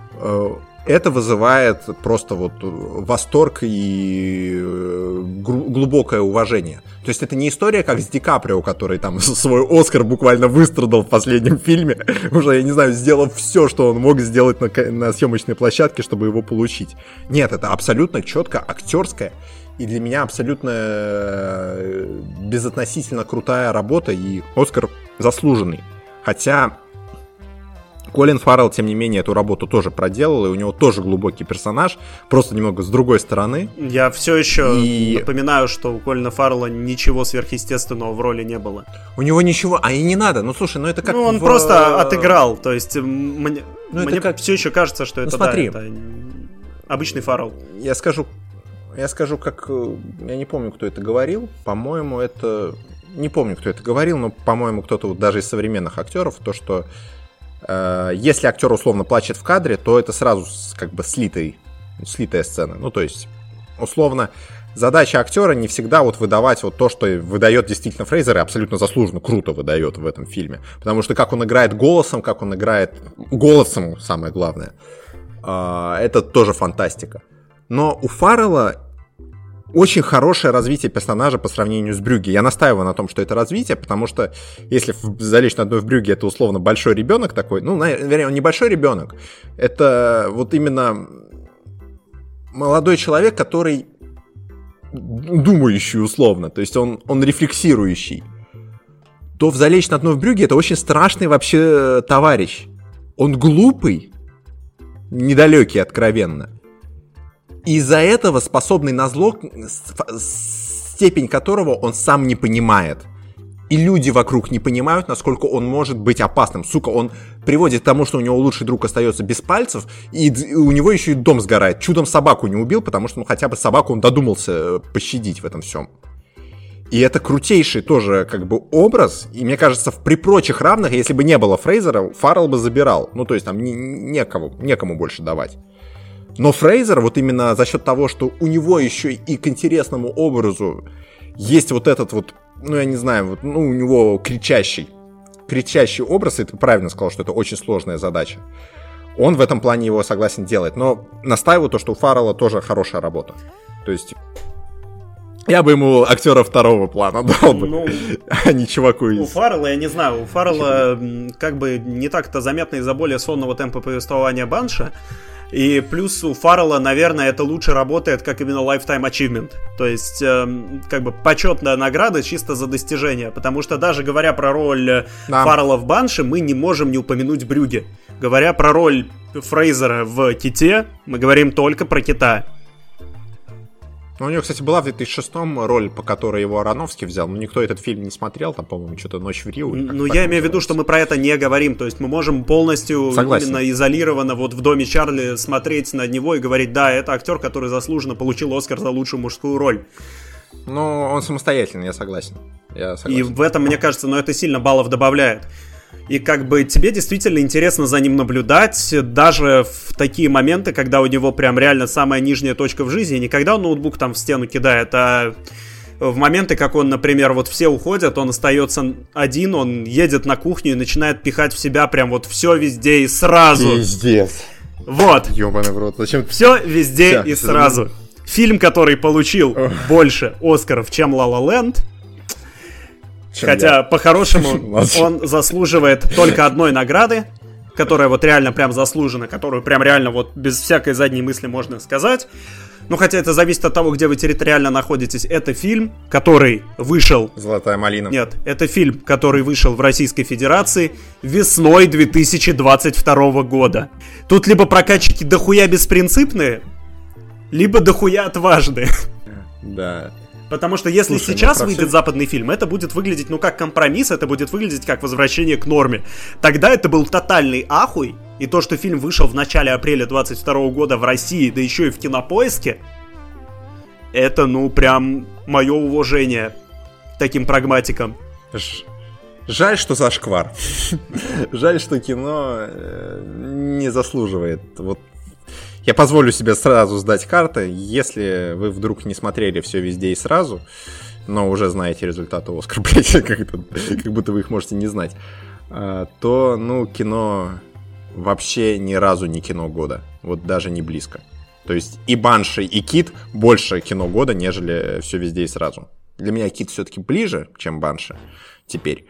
это вызывает просто вот восторг и глубокое уважение. То есть это не история, как с Ди Каприо, который там свой Оскар буквально выстрадал в последнем фильме, уже, я не знаю, сделав все, что он мог сделать на, на съемочной площадке, чтобы его получить. Нет, это абсолютно четко актерская и для меня абсолютно безотносительно крутая работа, и Оскар заслуженный. Хотя Колин Фаррелл, тем не менее, эту работу тоже проделал, и у него тоже глубокий персонаж, просто немного с другой стороны. Я все еще и... напоминаю, что у Колина Фаррелла ничего сверхъестественного в роли не было. У него ничего, а и не надо, ну слушай, ну это как... Ну он в... просто отыграл, то есть мне, ну, мне как... все еще кажется, что это, ну, смотри, да, это обычный Фаррелл. Я скажу, я скажу, как... Я не помню, кто это говорил, по-моему, это... Не помню, кто это говорил, но, по-моему, кто-то вот даже из современных актеров, то, что если актер условно плачет в кадре, то это сразу как бы слитый, слитая сцена. Ну, то есть, условно, задача актера не всегда вот выдавать вот то, что выдает действительно Фрейзер, и абсолютно заслуженно круто выдает в этом фильме. Потому что как он играет голосом, как он играет голосом, самое главное, это тоже фантастика. Но у Фаррелла очень хорошее развитие персонажа по сравнению с Брюгге. Я настаиваю на том, что это развитие, потому что если залечь на одной в Брюгге, это условно большой ребенок такой, ну, вернее, он не большой ребенок, это вот именно молодой человек, который думающий условно, то есть он, он рефлексирующий. То в «Залечь на дно в Брюгге» это очень страшный вообще товарищ. Он глупый, недалекий откровенно. И из-за этого способный на зло, степень которого он сам не понимает. И люди вокруг не понимают, насколько он может быть опасным. Сука, он приводит к тому, что у него лучший друг остается без пальцев, и у него еще и дом сгорает. Чудом собаку не убил, потому что ну, хотя бы собаку он додумался пощадить в этом всем. И это крутейший тоже как бы образ. И мне кажется, при прочих равных, если бы не было Фрейзера, Фаррелл бы забирал. Ну, то есть там не, некому, некому больше давать. Но Фрейзер, вот именно за счет того, что у него еще и к интересному образу есть вот этот вот, ну, я не знаю, вот, ну, у него кричащий, кричащий образ, и ты правильно сказал, что это очень сложная задача. Он в этом плане его согласен делать. Но настаиваю то, что у Фаррелла тоже хорошая работа. То есть... Я бы ему актера второго плана дал бы, ну, а не чуваку из... У Фаррелла, я не знаю, у Фаррелла как бы не так-то заметно из-за более сонного темпа повествования Банши. И плюс у Фаррелла, наверное, это лучше работает как именно Lifetime Achievement. То есть, э, как бы почетная награда чисто за достижение. Потому что даже говоря про роль да. Фаррелла в Банши, мы не можем не упомянуть Брюгге. Говоря про роль Фрейзера в Ките, мы говорим только про Кита. Ну, у него, кстати, была в две тысячи шестом роль, по которой его Аронофски взял, но никто этот фильм не смотрел, там, по-моему, что-то «Ночь в Рио». Ну, я имею в виду, что мы про это не говорим, то есть мы можем полностью Согласен. Именно изолированно вот в «Доме Чарли» смотреть на него и говорить, да, это актер, который заслуженно получил Оскар за лучшую мужскую роль. Ну, он самостоятельный, я согласен. Я согласен. И в этом, мне кажется, ну, это сильно баллов добавляет. И как бы тебе действительно интересно за ним наблюдать, даже в такие моменты, когда у него прям реально самая нижняя точка в жизни, не когда он ноутбук там в стену кидает, а в моменты, как он, например, вот все уходят, он остается один, он едет на кухню и начинает пихать в себя прям вот все везде и сразу. Пиздец. Вот. Ёбаный в рот. Зачем? Все везде Все. и сразу. Фильм, который получил Ох. больше Оскаров, чем «Ла Ла Ленд», Чем Хотя, я. по-хорошему, он заслуживает только одной награды, которая вот реально прям заслужена, которую прям реально вот без всякой задней мысли можно сказать. Ну, хотя это зависит от того, где вы территориально находитесь. Это фильм, который вышел... «Золотая малина». Нет, это фильм, который вышел в Российской Федерации весной две тысячи двадцать второго года. Тут либо прокатчики дохуя беспринципные, либо дохуя отважные. Да. Потому что если Слушай, сейчас выйдет все... западный фильм, это будет выглядеть, ну, как компромисс, это будет выглядеть как возвращение к норме. Тогда это был тотальный ахуй, и то, что фильм вышел в начале апреля двадцать второго года в России, да еще и в Кинопоиске, это, ну, прям мое уважение таким прагматикам. Ж... Жаль, что зашквар. Жаль, что кино не заслуживает вот. Я позволю себе сразу сдать карты. Если вы вдруг не смотрели «Все везде и сразу», но уже знаете результаты «Оскар», блядь, как, как будто вы их можете не знать, то, ну, кино вообще ни разу не кино года. Вот даже не близко. То есть и «Банши», и «Кит» больше кино года, нежели «Все везде и сразу». Для меня «Кит» все-таки ближе, чем «Банши» теперь.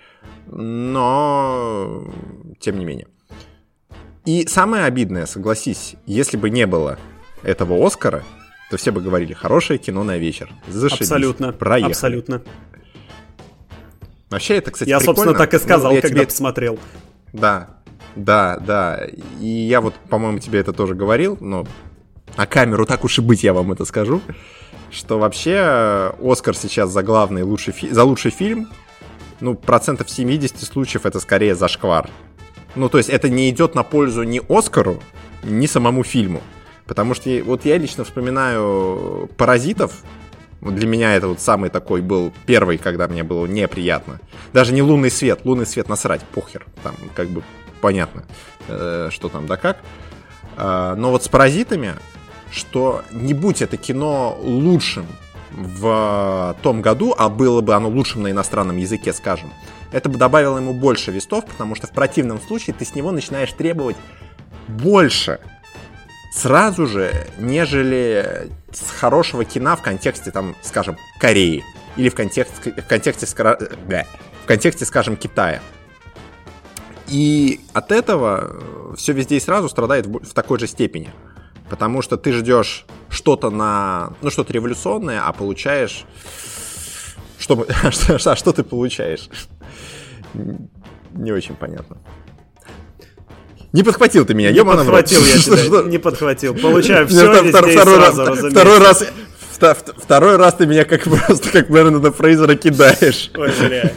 Но тем не менее. И самое обидное, согласись, если бы не было этого Оскара, то все бы говорили: хорошее кино на вечер. Зашибись. Абсолютно. Проехали. Абсолютно. Вообще, это, кстати, я, прикольно. собственно, так и сказал, ну, когда тебе... посмотрел. Да, да, да. И я вот, по-моему, тебе это тоже говорил, но на камеру так уж и быть я вам это скажу, что вообще Оскар сейчас за главный лучший фи... за лучший фильм, ну, процентов семьдесят случаев это скорее зашквар. Ну, то есть это не идет на пользу ни Оскару, ни самому фильму. Потому что вот я лично вспоминаю «Паразитов». Вот для меня это вот самый такой был первый, когда мне было неприятно. Даже не «Лунный свет». «Лунный свет» насрать, похер. Там как бы понятно, э, что там да как. Э, но вот с «Паразитами», что не будь это кино лучшим в том году, а было бы оно лучшим на иностранном языке, скажем, это бы добавило ему больше вестов, потому что в противном случае ты с него начинаешь требовать больше сразу же, нежели с хорошего кино в контексте, там, скажем, Кореи или в контексте, в контексте, в контексте, скажем, Китая. И от этого «Все везде и сразу» страдает в, в такой же степени. Потому что ты ждешь что-то на, ну, что-то революционное, а получаешь... Что, что, что ты получаешь? Не очень понятно. Не подхватил ты меня, не подхватил я тебя, что? не подхватил. Получаю все везде второй, и сразу, раз, второй раз, второй раз ты меня как просто как Брэндона Фрейзера кидаешь. Ой, бля.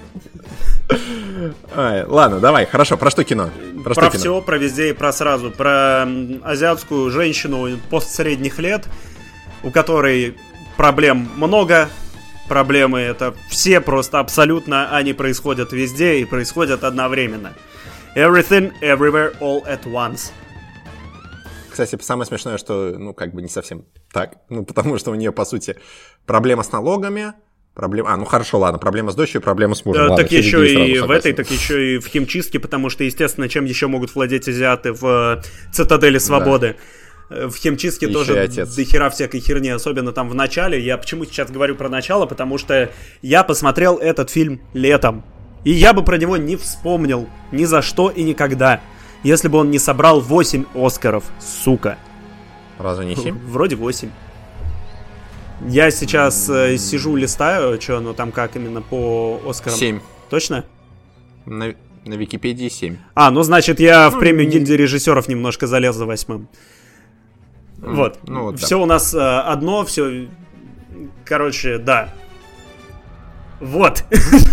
Ай, ладно, давай, хорошо, про что кино? Про, про что все, кино? Про везде и про сразу. Про азиатскую женщину постсредних лет, у которой проблем много. Проблемы это все просто абсолютно, они происходят везде и происходят одновременно. Everything, everywhere, all at once. Кстати, самое смешное, что, ну, как бы не совсем так. Ну, потому что у нее, по сути, проблема с налогами, проблема... А, ну, хорошо, ладно, проблема с дочерью, проблема с мужем. Да, ладно, так еще и в этой, так еще и в химчистке, потому что, естественно, чем еще могут владеть азиаты в Цитадели Свободы. В химчистке Еще тоже дохера всякой херни, особенно там в начале. Я почему сейчас говорю про начало, потому что я посмотрел этот фильм летом. И я бы про него не вспомнил ни за что и никогда, если бы он не собрал восемь Оскаров, сука. Разве не семь? Вроде восемь. Я сейчас э, сижу, листаю, что оно там как именно по Оскарам. семь. Точно? На, на Википедии семь. А, ну значит я ну, в премию не... гильдии режиссеров немножко залез за восьмым. Вот. Ну, вот все да. У нас э, одно, все. Короче, да. Вот.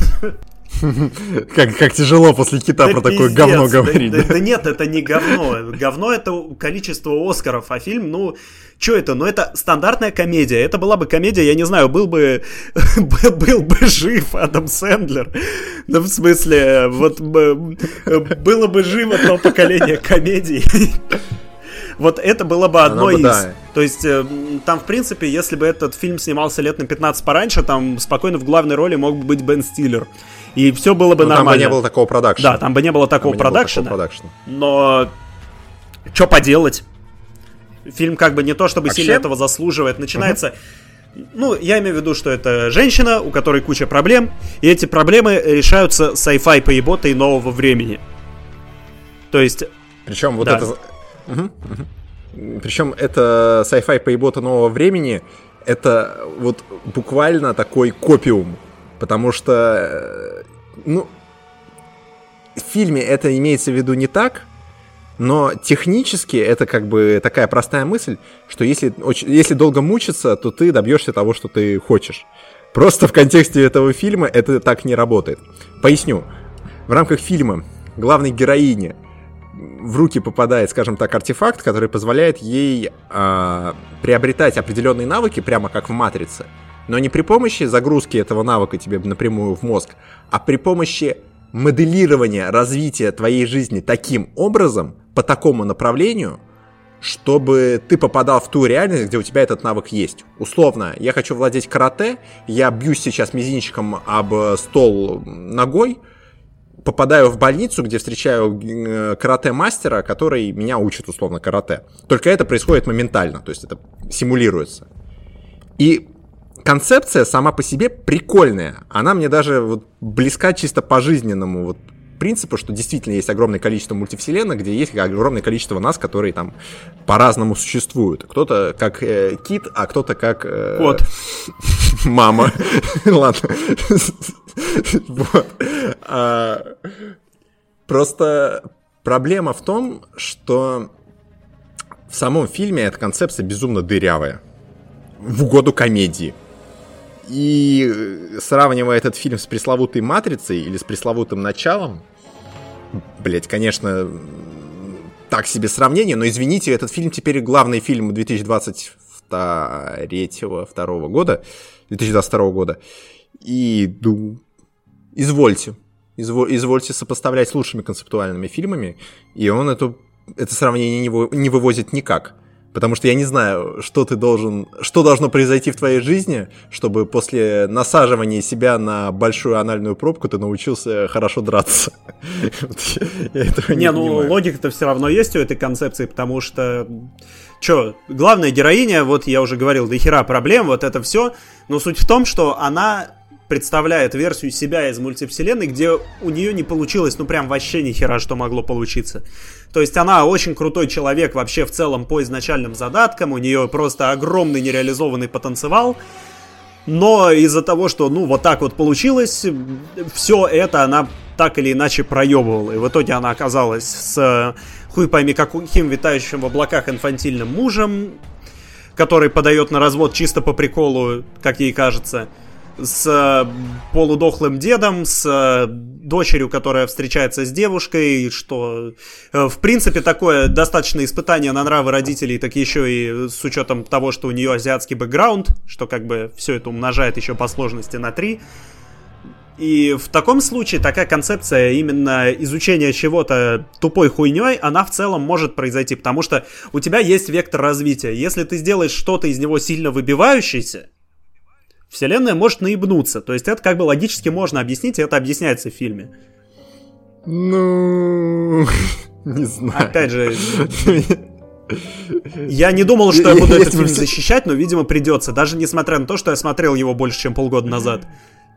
Как, как тяжело после Кита да про пиздец, такое говно да, говорить. Да, да, да нет, это не говно. Говно — это количество Оскаров, а фильм, ну, что это? Ну, это стандартная комедия. Это была бы комедия, я не знаю, был бы был бы жив Адам Сэндлер. Ну, в смысле, вот было бы живо то поколение комедий. Вот это было бы одно из. Да. То есть, э, там, в принципе, если бы этот фильм снимался лет на пятнадцать пораньше, там спокойно в главной роли мог бы быть Бен Стиллер. И все было бы но нормально. Там бы не было такого продакшена. Да, там бы не было такого там продакшена. Не было такого продакшена. Но что поделать? Фильм как бы не то, чтобы Вообще? сильно этого заслуживает. Начинается... Угу. Ну, я имею в виду, что это женщина, у которой куча проблем, и эти проблемы решаются sci-fi поеботой нового времени. То есть... Причем вот да. это... Угу, угу. Причем это sci-fi поебота нового времени, это вот буквально такой копиум, потому что, ну, в фильме это имеется в виду не так, но технически это как бы такая простая мысль, что если, если долго мучиться, то ты добьешься того, что ты хочешь. Просто в контексте этого фильма это так не работает. Поясню. В рамках фильма главной героине в руки попадает, скажем так, артефакт, который позволяет ей э, приобретать определенные навыки, прямо как в «Матрице», но не при помощи загрузки этого навыка тебе напрямую в мозг, а при помощи моделирования развития твоей жизни таким образом, по такому направлению, чтобы ты попадал в ту реальность, где у тебя этот навык есть. Условно, я хочу владеть карате, я бьюсь сейчас мизинчиком об стол ногой, попадаю в больницу, где встречаю карате-мастера, который меня учит, условно, карате. Только это происходит моментально, то есть это симулируется. И концепция сама по себе прикольная. Она мне даже вот близка чисто по жизненному вот принципу, что действительно есть огромное количество мультивселенных, где есть огромное количество нас, которые там по-разному существуют. Кто-то как э, Кит, а кто-то как... Э, Кот. Мама. Ладно. Вот. А, просто проблема в том, что в самом фильме эта концепция безумно дырявая. В угоду комедии. И сравнивая этот фильм с пресловутой «Матрицей» или с пресловутым «Началом», блять, конечно, так себе сравнение, но извините, этот фильм теперь главный фильм две тысячи двадцать второго года, две тысячи двадцать второго года. И, ну, извольте, изволь, извольте сопоставлять с лучшими концептуальными фильмами, и он эту, это сравнение не, вы, не вывозит никак. Потому что я не знаю, что ты должен, что должно произойти в твоей жизни, чтобы после насаживания себя на большую анальную пробку ты научился хорошо драться. Не, ну логика-то все равно есть у этой концепции, потому что, чё, главная героиня, вот я уже говорил, дохера проблем, вот это все, но суть в том, что она представляет версию себя из мультивселенной, где у нее не получилось, ну прям вообще ни хера, что могло получиться. То есть она очень крутой человек вообще в целом по изначальным задаткам, у нее просто огромный нереализованный потенциал, но из-за того, что ну вот так вот получилось, все это она так или иначе проебывала, и в итоге она оказалась с хуй пойми каким витающим в облаках инфантильным мужем, который подает на развод чисто по приколу, как ей кажется, с полудохлым дедом, с дочерью, которая встречается с девушкой, что, в принципе, такое достаточно испытание на нравы родителей, так еще и с учетом того, что у нее азиатский бэкграунд, что как бы все это умножает еще по сложности на три. И в таком случае такая концепция именно изучения чего-то тупой хуйней, она в целом может произойти, потому что у тебя есть вектор развития. Если ты сделаешь что-то из него сильно выбивающееся, вселенная может наебнуться. То есть это как бы логически можно объяснить, и это объясняется в фильме. Ну, не знаю. Опять же, Я не думал, что я буду этот фильм защищать, но, видимо, придется. Даже несмотря на то, что я смотрел его больше, чем полгода назад.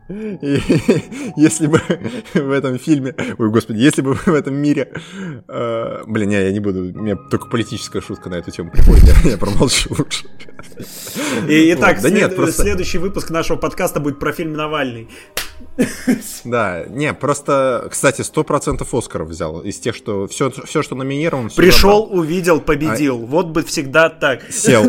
Если бы в этом фильме... Ой, господи, если бы в этом мире... Э, блин, не, я не буду... У меня только политическая шутка на эту тему приходит. Я, я промолчу лучше. И, итак, вот, да след... нет, просто... следующий выпуск нашего подкаста будет про фильм «Навальный». Да, не, просто, кстати, сто процентов Оскаров взял. Из тех, что... Все, все что номинирован... Пришел, забрал. Увидел, победил. А... Вот бы всегда так. Сел.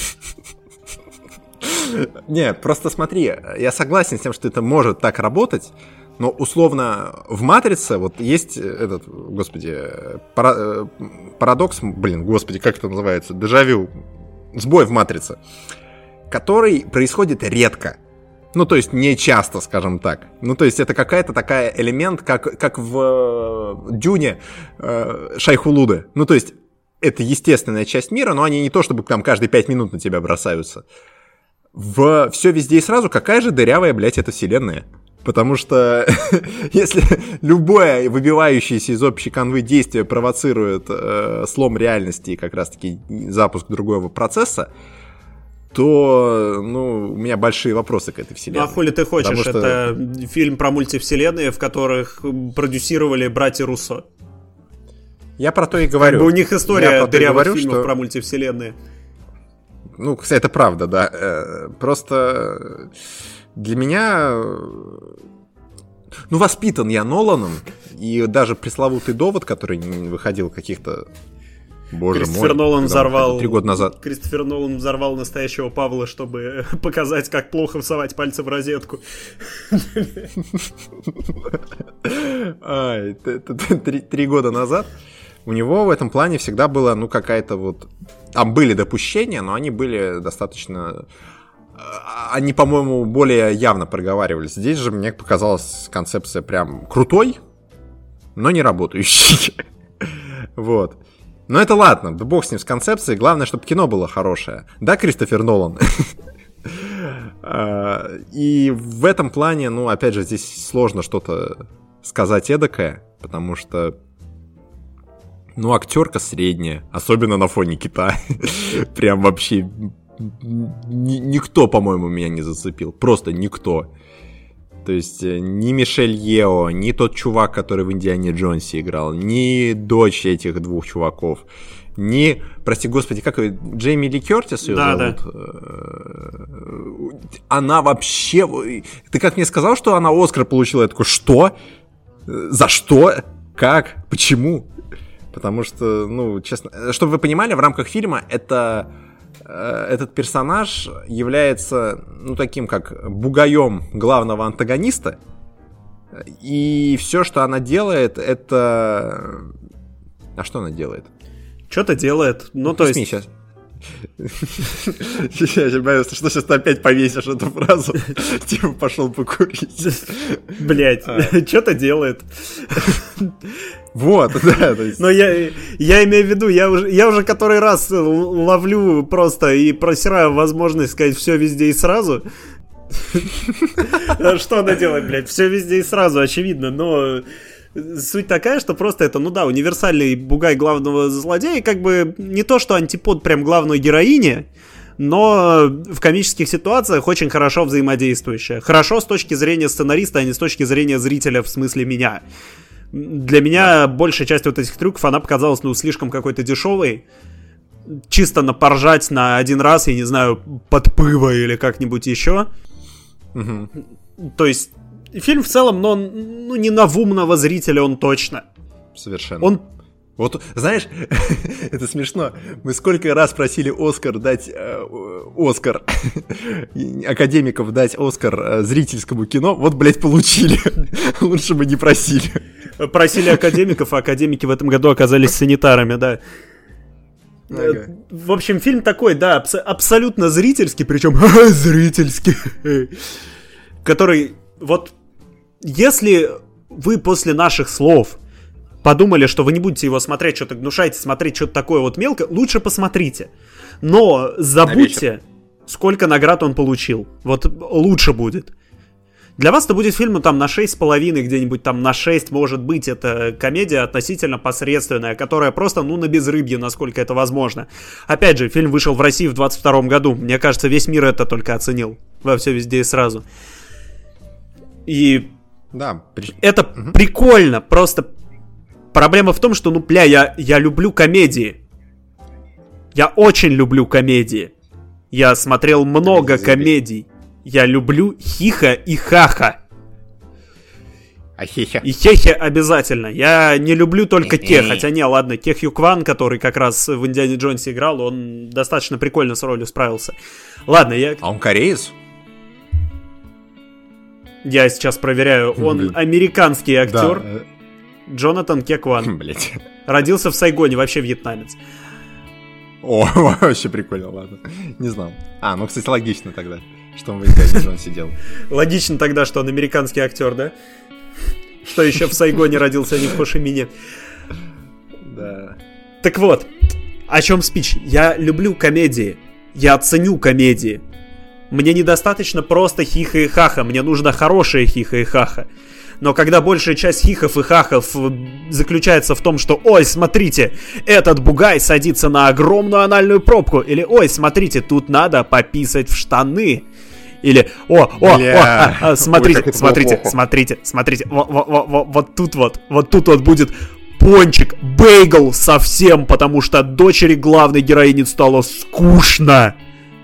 Нет, просто смотри, я согласен с тем, что это может так работать, но условно в «Матрице» вот есть этот, господи, пара- парадокс, блин, господи, как это называется, дежавю, сбой в «Матрице», который происходит редко. Ну, то есть не часто, скажем так. Ну, то есть это какая-то такая элемент, как, как в «Дюне» э, Шайхулуды. Ну, то есть это естественная часть мира, но они не то, чтобы там каждые пять минут на тебя бросаются. В «Все везде и сразу» какая же дырявая, блядь, эта вселенная. Потому что если любое выбивающееся из общей канвы действие провоцирует э, слом реальности и как раз-таки запуск другого процесса, то, ну, у меня большие вопросы к этой вселенной. Ну, а хули ты хочешь? Что... Это фильм про мультивселенные, в которых продюсировали братья Руссо. Я про то и говорю. Как бы у них история дырявых фильмов что... про мультивселенные. Ну, кстати, это правда, да. Просто для меня... Ну, воспитан я Ноланом, и даже пресловутый «Довод», который не выходил каких-то... Боже Кристофер мой, Нолан взорвал... Три года назад. Кристофер Нолан взорвал настоящего Павла, чтобы показать, как плохо всовать пальцы в розетку. Ай, три года назад у него в этом плане всегда было, ну, какая-то вот... Там были допущения, но они были достаточно... Они, по-моему, более явно проговаривались. Здесь же мне показалась концепция прям крутой, но не работающей. Вот. Но это ладно, да бог с ним с концепцией. Главное, чтобы кино было хорошее. Да, Кристофер Нолан? И в этом плане, ну, опять же, здесь сложно что-то сказать эдакое, потому что, ну, актерка средняя, особенно на фоне Кита. Прям вообще никто, по-моему, меня не зацепил. Просто никто. То есть ни Мишель Ео, ни тот чувак, который в «Индиане Джонсе» играл, ни дочь этих двух чуваков, ни, прости господи, как ее, Джейми Ли Кертис ее да, зовут? Да. Она вообще... Ты как мне сказал, что она Оскар получила? Я такой, что? За что? Как? Почему? Потому что, ну, честно... Чтобы вы понимали, в рамках фильма это... Этот персонаж является, ну, таким как бугаем главного антагониста, и все, что она делает, это... А что она делает? Что-то делает, ну, то есть... Сейчас. Я боюсь, что сейчас ты опять повесишь эту фразу. Типа, пошел покурить. Блять, что-то делает. Вот, да. То есть... Но я, я имею в виду, я уже, я уже который раз ловлю просто и просираю возможность сказать все везде и сразу. Что она делает, блядь? Все везде и сразу, очевидно, но... Суть такая, что просто это, ну да, универсальный бугай главного злодея, как бы не то, что антипод прям главной героини, но в комических ситуациях очень хорошо взаимодействующая. Хорошо с точки зрения сценариста, а не с точки зрения зрителя, в смысле меня. Для меня большая часть вот этих трюков, она показалась, ну, слишком какой-то дешевой. Чисто на поржать на один раз, я не знаю, подпыва или как-нибудь еще. Угу. То есть... Фильм в целом, но он, ну, не на умного зрителя он точно. Совершенно. Он... Вот, знаешь, это смешно. Мы сколько раз просили Оскар дать... Э, Оскар. Академиков дать Оскар э, зрительскому кино. Вот, блядь, получили. Лучше бы не просили. Просили академиков, а академики в этом году оказались санитарами, да. Ага. В общем, фильм такой, да, абс- абсолютно зрительский, причем зрительский. Который, вот... Если вы после наших слов подумали, что вы не будете его смотреть, что-то гнушаете, смотреть что-то такое вот мелкое, лучше посмотрите. Но забудьте, сколько наград он получил. Вот лучше будет. Для вас это будет фильм, ну, там, на шесть с половиной, где-нибудь там на шесть, может быть, это комедия относительно посредственная, которая просто, ну, на безрыбье, насколько это возможно. Опять же, фильм вышел в России в двадцать втором году. Мне кажется, весь мир это только оценил. Во все везде и сразу. И... Да. При... Это угу. прикольно, просто... Проблема в том, что, ну, бля, я, я люблю комедии. Я очень люблю комедии. Я смотрел много комедий. Я люблю хиха и хаха. А хехе? И хехе обязательно. Я не люблю только тех. Хотя не, ладно, Тех Юк Ван, который как раз в Индиане Джонсе играл, он достаточно прикольно с ролью справился. Ладно, я... А он кореец? Я сейчас проверяю. Он Блин. американский актер. Да. Джонатан Кек Ван. Блять. Родился в Сайгоне, вообще вьетнамец. О, вообще прикольно, ладно. Не знал. А, ну, кстати, логично тогда, что он в Индиане Джонсе сидел. Логично тогда, что он американский актер, да? Что еще в Сайгоне родился, а не в Хошимине. Да. Так вот, о чем спич? Я люблю комедии. Я ценю комедии. Мне недостаточно просто хиха и хаха. Мне нужно хорошее хиха и хаха. Но когда большая часть хихов и хахов заключается в том, что «Ой, смотрите, этот бугай садится на огромную анальную пробку», или «Ой, смотрите, тут надо пописать в штаны», или «О, о, Бля. о, а, а, смотрите, Ой, смотрите, плохо. смотрите, смотрите, вот, вот, вот, вот тут вот, вот тут вот будет пончик, бейгл совсем, потому что дочери главной героини стало скучно».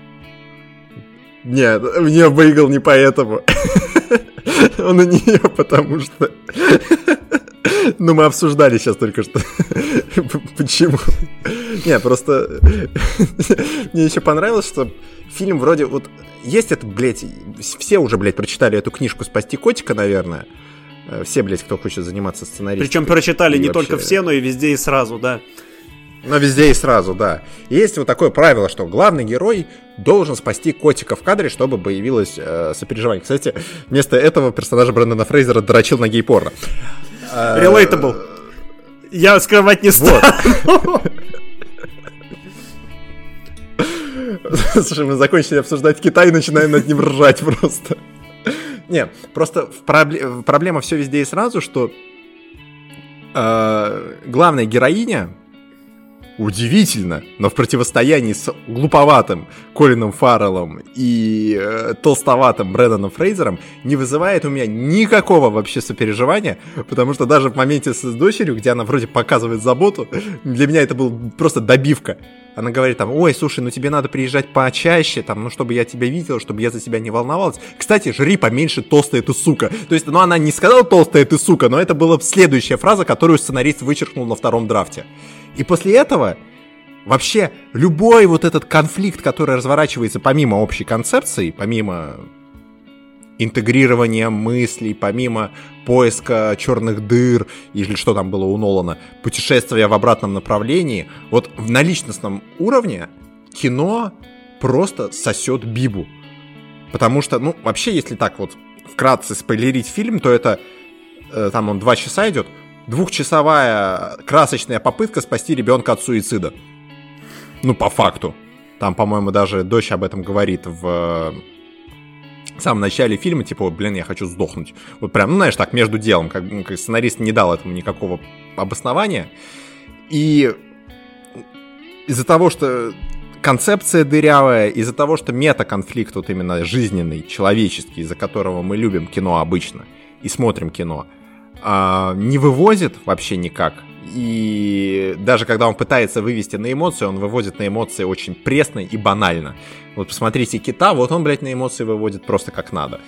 Нет, мне бейгл не поэтому. Он у нее, потому что... Ну, мы обсуждали сейчас только что. Почему? Не, просто... Мне еще понравилось, что фильм вроде... Вот есть это, блядь... Все уже, блядь, прочитали эту книжку «Спасти котика», наверное. Все, блядь, кто хочет заниматься сценаристикой. Причем прочитали не вообще... только все, но и везде и сразу, да. Но везде и сразу, да. Есть вот такое правило, что главный герой должен спасти котика в кадре, чтобы появилось э, сопереживание. Кстати, вместо этого персонажа Брэндона Фрейзера дрочил на гей-порно. Relatable. Я скрывать не стану. Слушай, мы закончили обсуждать Китай и начинаем над ним ржать просто. Не, просто проблема все везде и сразу, что главная героиня удивительно, но в противостоянии с глуповатым Колином Фарреллом и э, толстоватым Брэндоном Фрейзером не вызывает у меня никакого вообще сопереживания, потому что даже в моменте с дочерью, где она вроде показывает заботу, для меня это был просто добивка. Она говорит там: ой, слушай, ну тебе надо приезжать почаще, там, ну чтобы я тебя видела, чтобы я за тебя не волновалась. Кстати, жри поменьше, толстая ты сука. То есть, ну она не сказала толстая ты сука, но это была следующая фраза, которую сценарист вычеркнул на втором драфте. И после этого вообще любой вот этот конфликт, который разворачивается помимо общей концепции, помимо интегрирования мыслей, помимо поиска черных дыр, или что там было у Нолана, путешествия в обратном направлении, вот на личностном уровне кино просто сосет бибу. Потому что, ну, вообще, если так вот вкратце спойлерить фильм, то это, э, там он два часа идет, двухчасовая красочная попытка спасти ребенка от суицида. Ну, по факту. Там, по-моему, даже дочь об этом говорит в самом начале фильма, типа, блин, я хочу сдохнуть. Вот прям, ну, знаешь, так, между делом, как, ну, как сценарист не дал этому никакого обоснования. И из-за того, что концепция дырявая, из-за того, что мета-конфликт вот именно жизненный, человеческий, из-за которого мы любим кино обычно и смотрим кино, не вывозит вообще никак. И даже когда он пытается вывести на эмоции, он выводит на эмоции очень пресно и банально. Вот посмотрите Кита, вот он, блядь, на эмоции выводит просто как надо.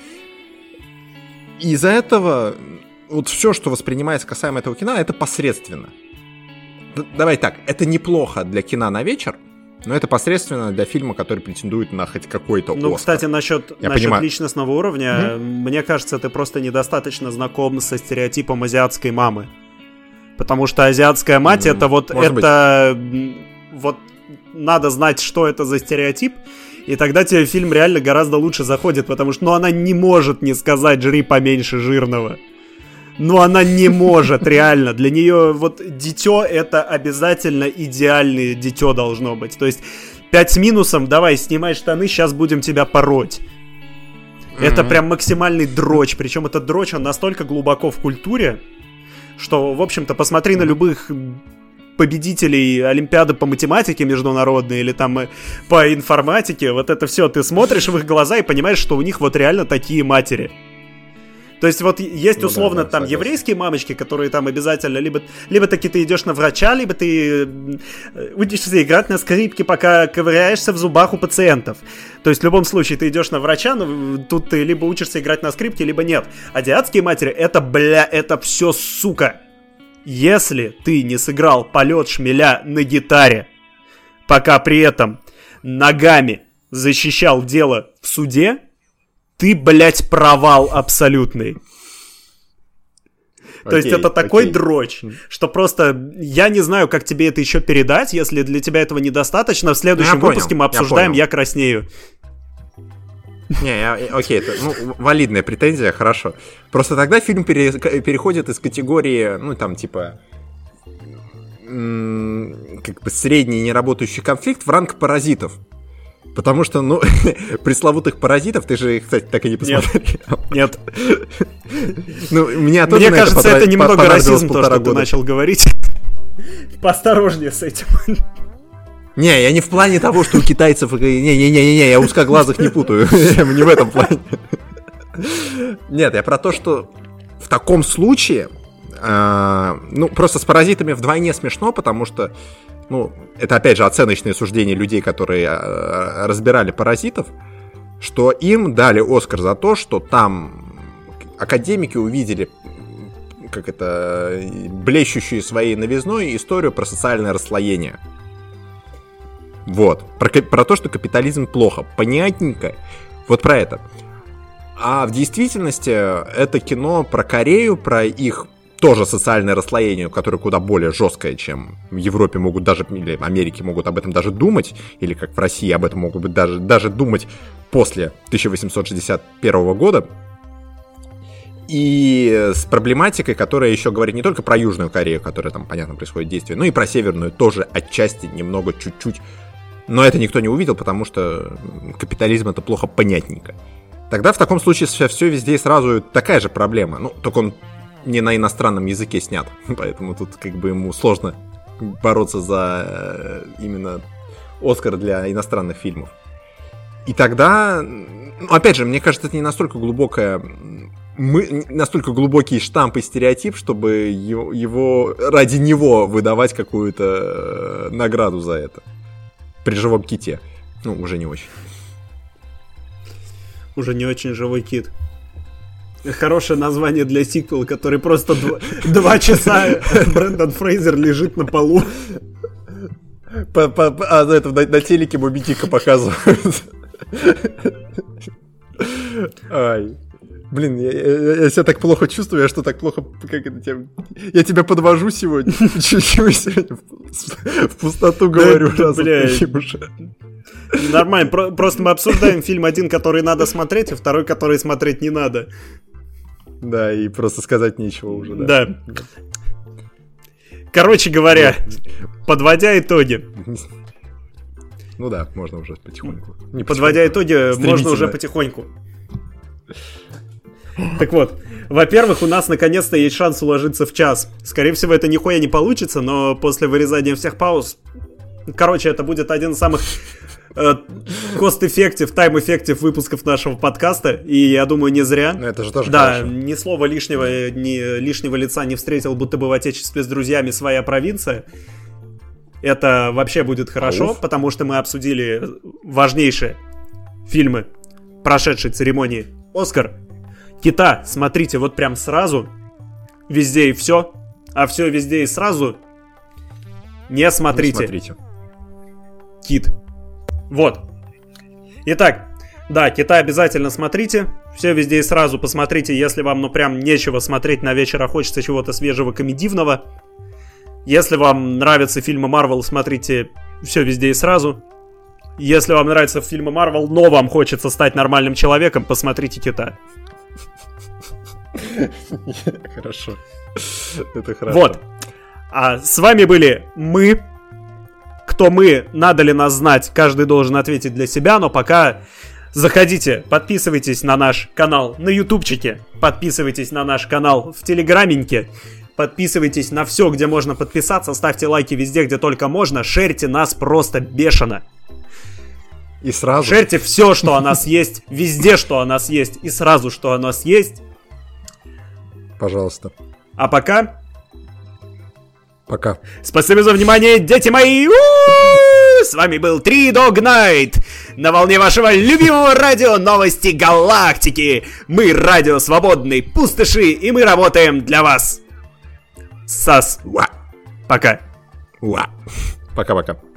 И из-за этого вот все, что воспринимается касаемо этого кино, это посредственно. Давай так, это неплохо для кино на вечер, но это посредственно для фильма, который претендует на хоть какой-то Оскар. Ну, кстати, насчет, насчет личностного уровня, mm-hmm. мне кажется, ты просто недостаточно знаком со стереотипом азиатской мамы. Потому что азиатская мать, mm-hmm. это вот, Может это быть. Вот надо знать, что это за стереотип, и тогда тебе фильм реально гораздо лучше заходит, потому что, ну, она не может не сказать «жри поменьше жирного». Но она не может, реально. Для нее вот дитё — это обязательно идеальное дитё должно быть. То есть пять с минусом, давай, снимай штаны, сейчас будем тебя пороть. Mm-hmm. Это прям максимальный дрочь. Причем этот дрочь, он настолько глубоко в культуре, что, в общем-то, посмотри на любых победителей Олимпиады по математике международной или там по информатике, вот это все, ты смотришь в их глаза и понимаешь, что у них вот реально такие матери. То есть вот есть условно ну, да, да, там согласен. Еврейские мамочки, которые там обязательно либо, либо таки ты идешь на врача, либо ты учишься играть на скрипке, пока ковыряешься в зубах у пациентов. То есть в любом случае ты идешь на врача, но тут ты либо учишься играть на скрипке, либо нет. Азиатские матери, это, бля, это все сука. Если ты не сыграл полет шмеля на гитаре, пока при этом ногами защищал дело в суде, ты, блядь, провал абсолютный. То есть это такой окей. дрочь, что просто я не знаю, как тебе это еще передать, если для тебя этого недостаточно. В следующем я выпуске понял, мы обсуждаем «Я, я краснею». Не, я, окей, это ну, валидная претензия, хорошо. Просто тогда фильм пере, переходит из категории, ну, там, типа, м- как бы средний неработающий конфликт в ранг паразитов. Потому что, ну, пресловутых паразитов, ты же, кстати, так и не посмотрел. Нет. Ну, меня тоже Мне кажется, это немного расизм, то, что ты начал говорить. Поосторожнее с этим. Не, я не в плане того, что у китайцев... Не-не-не, я узкоглазых не путаю. Не в этом плане. Нет, я про то, что в таком случае... Ну, просто с паразитами вдвойне смешно, потому что... Ну, это, опять же, оценочные суждения людей, которые разбирали паразитов, что им дали Оскар за то, что там академики увидели, как это, блещущую своей новизной историю про социальное расслоение. Вот. Про, про то, что капитализм плохо. Понятненько. Вот про это. А в действительности это кино про Корею, про их тоже социальное расслоение, которое куда более жесткое, чем в Европе могут даже, или в Америке могут об этом даже думать, или как в России об этом могут быть даже, даже думать после тысяча восемьсот шестьдесят первого года. И с проблематикой, которая еще говорит не только про Южную Корею, которая там, понятно, происходит действие, но и про Северную тоже отчасти, немного, чуть-чуть. Но это никто не увидел, потому что капитализм это плохо понятненько. Тогда в таком случае все, все везде и сразу такая же проблема. Ну, только он не на иностранном языке снят, поэтому тут как бы ему сложно бороться за именно Оскар для иностранных фильмов. И тогда, ну, опять же, мне кажется, это не настолько глубокая, мы, настолько глубокий штамп и стереотип, чтобы его, его ради него выдавать какую-то награду за это. При живом ките. Ну, уже не очень. Уже не очень живой кит. Хорошее название для сиквела, который просто два, два часа Брэндон Фрейзер лежит на полу. По, по, а на, этом, на, на телеке Моби Дика показывают. Ай. Блин, я, я, я себя так плохо чувствую, я что так плохо... Как это, тебя, я тебя подвожу сегодня. Почему сегодня в, в пустоту говорю? Да, блядь. Нормально, про- просто мы обсуждаем фильм один, который надо смотреть, и второй, который смотреть не надо. Да, и просто сказать нечего уже, да. Да. Короче говоря, подводя итоги. Ну да, можно уже потихоньку. Не подводя итоги, можно уже потихоньку. Так вот, во-первых, у нас наконец-то есть шанс уложиться в час. Скорее всего, это нихуя не получится, но после вырезания всех пауз... Короче, это будет один из самых э, cost-effective, time-effective выпусков нашего подкаста. И я думаю, не зря. Но это же тоже Да, хорошо. Ни слова лишнего, ни лишнего лица не встретил, будто бы в отечестве с друзьями своя провинция. Это вообще будет хорошо, Ауф. Потому что мы обсудили важнейшие фильмы прошедшей церемонии «Оскар». «Кита» смотрите вот прям сразу, везде и все, а все везде и сразу не смотрите. Не смотрите. «Кит». Вот. Итак, да, «Кита» обязательно смотрите, все везде и сразу посмотрите, если вам ну прям нечего смотреть на вечер, а хочется чего-то свежего, комедивного. Если вам нравятся фильмы Marvel, смотрите все везде и сразу. Если вам нравятся фильмы Marvel, но вам хочется стать нормальным человеком, посмотрите «Кита». Хорошо. Это хорошо. Вот. А с вами были мы. Кто мы, надо ли нас знать, каждый должен ответить для себя, но пока Заходите, подписывайтесь на наш канал на ютубчике, подписывайтесь на наш канал в телеграмменьке, подписывайтесь на все, где можно подписаться, ставьте лайки везде, где только можно, шерьте нас просто бешено. И сразу. Шерьте все, что у нас есть, везде, что у нас есть, и сразу, что у нас есть. Пожалуйста. А пока... Пока. Спасибо за внимание, дети мои! У-у-у! С вами был три Dog Night на волне вашего любимого радио Новости Галактики. Мы радио свободной пустоши, и мы работаем для вас. Сас. Уа. Пока. Уа. Пока-пока.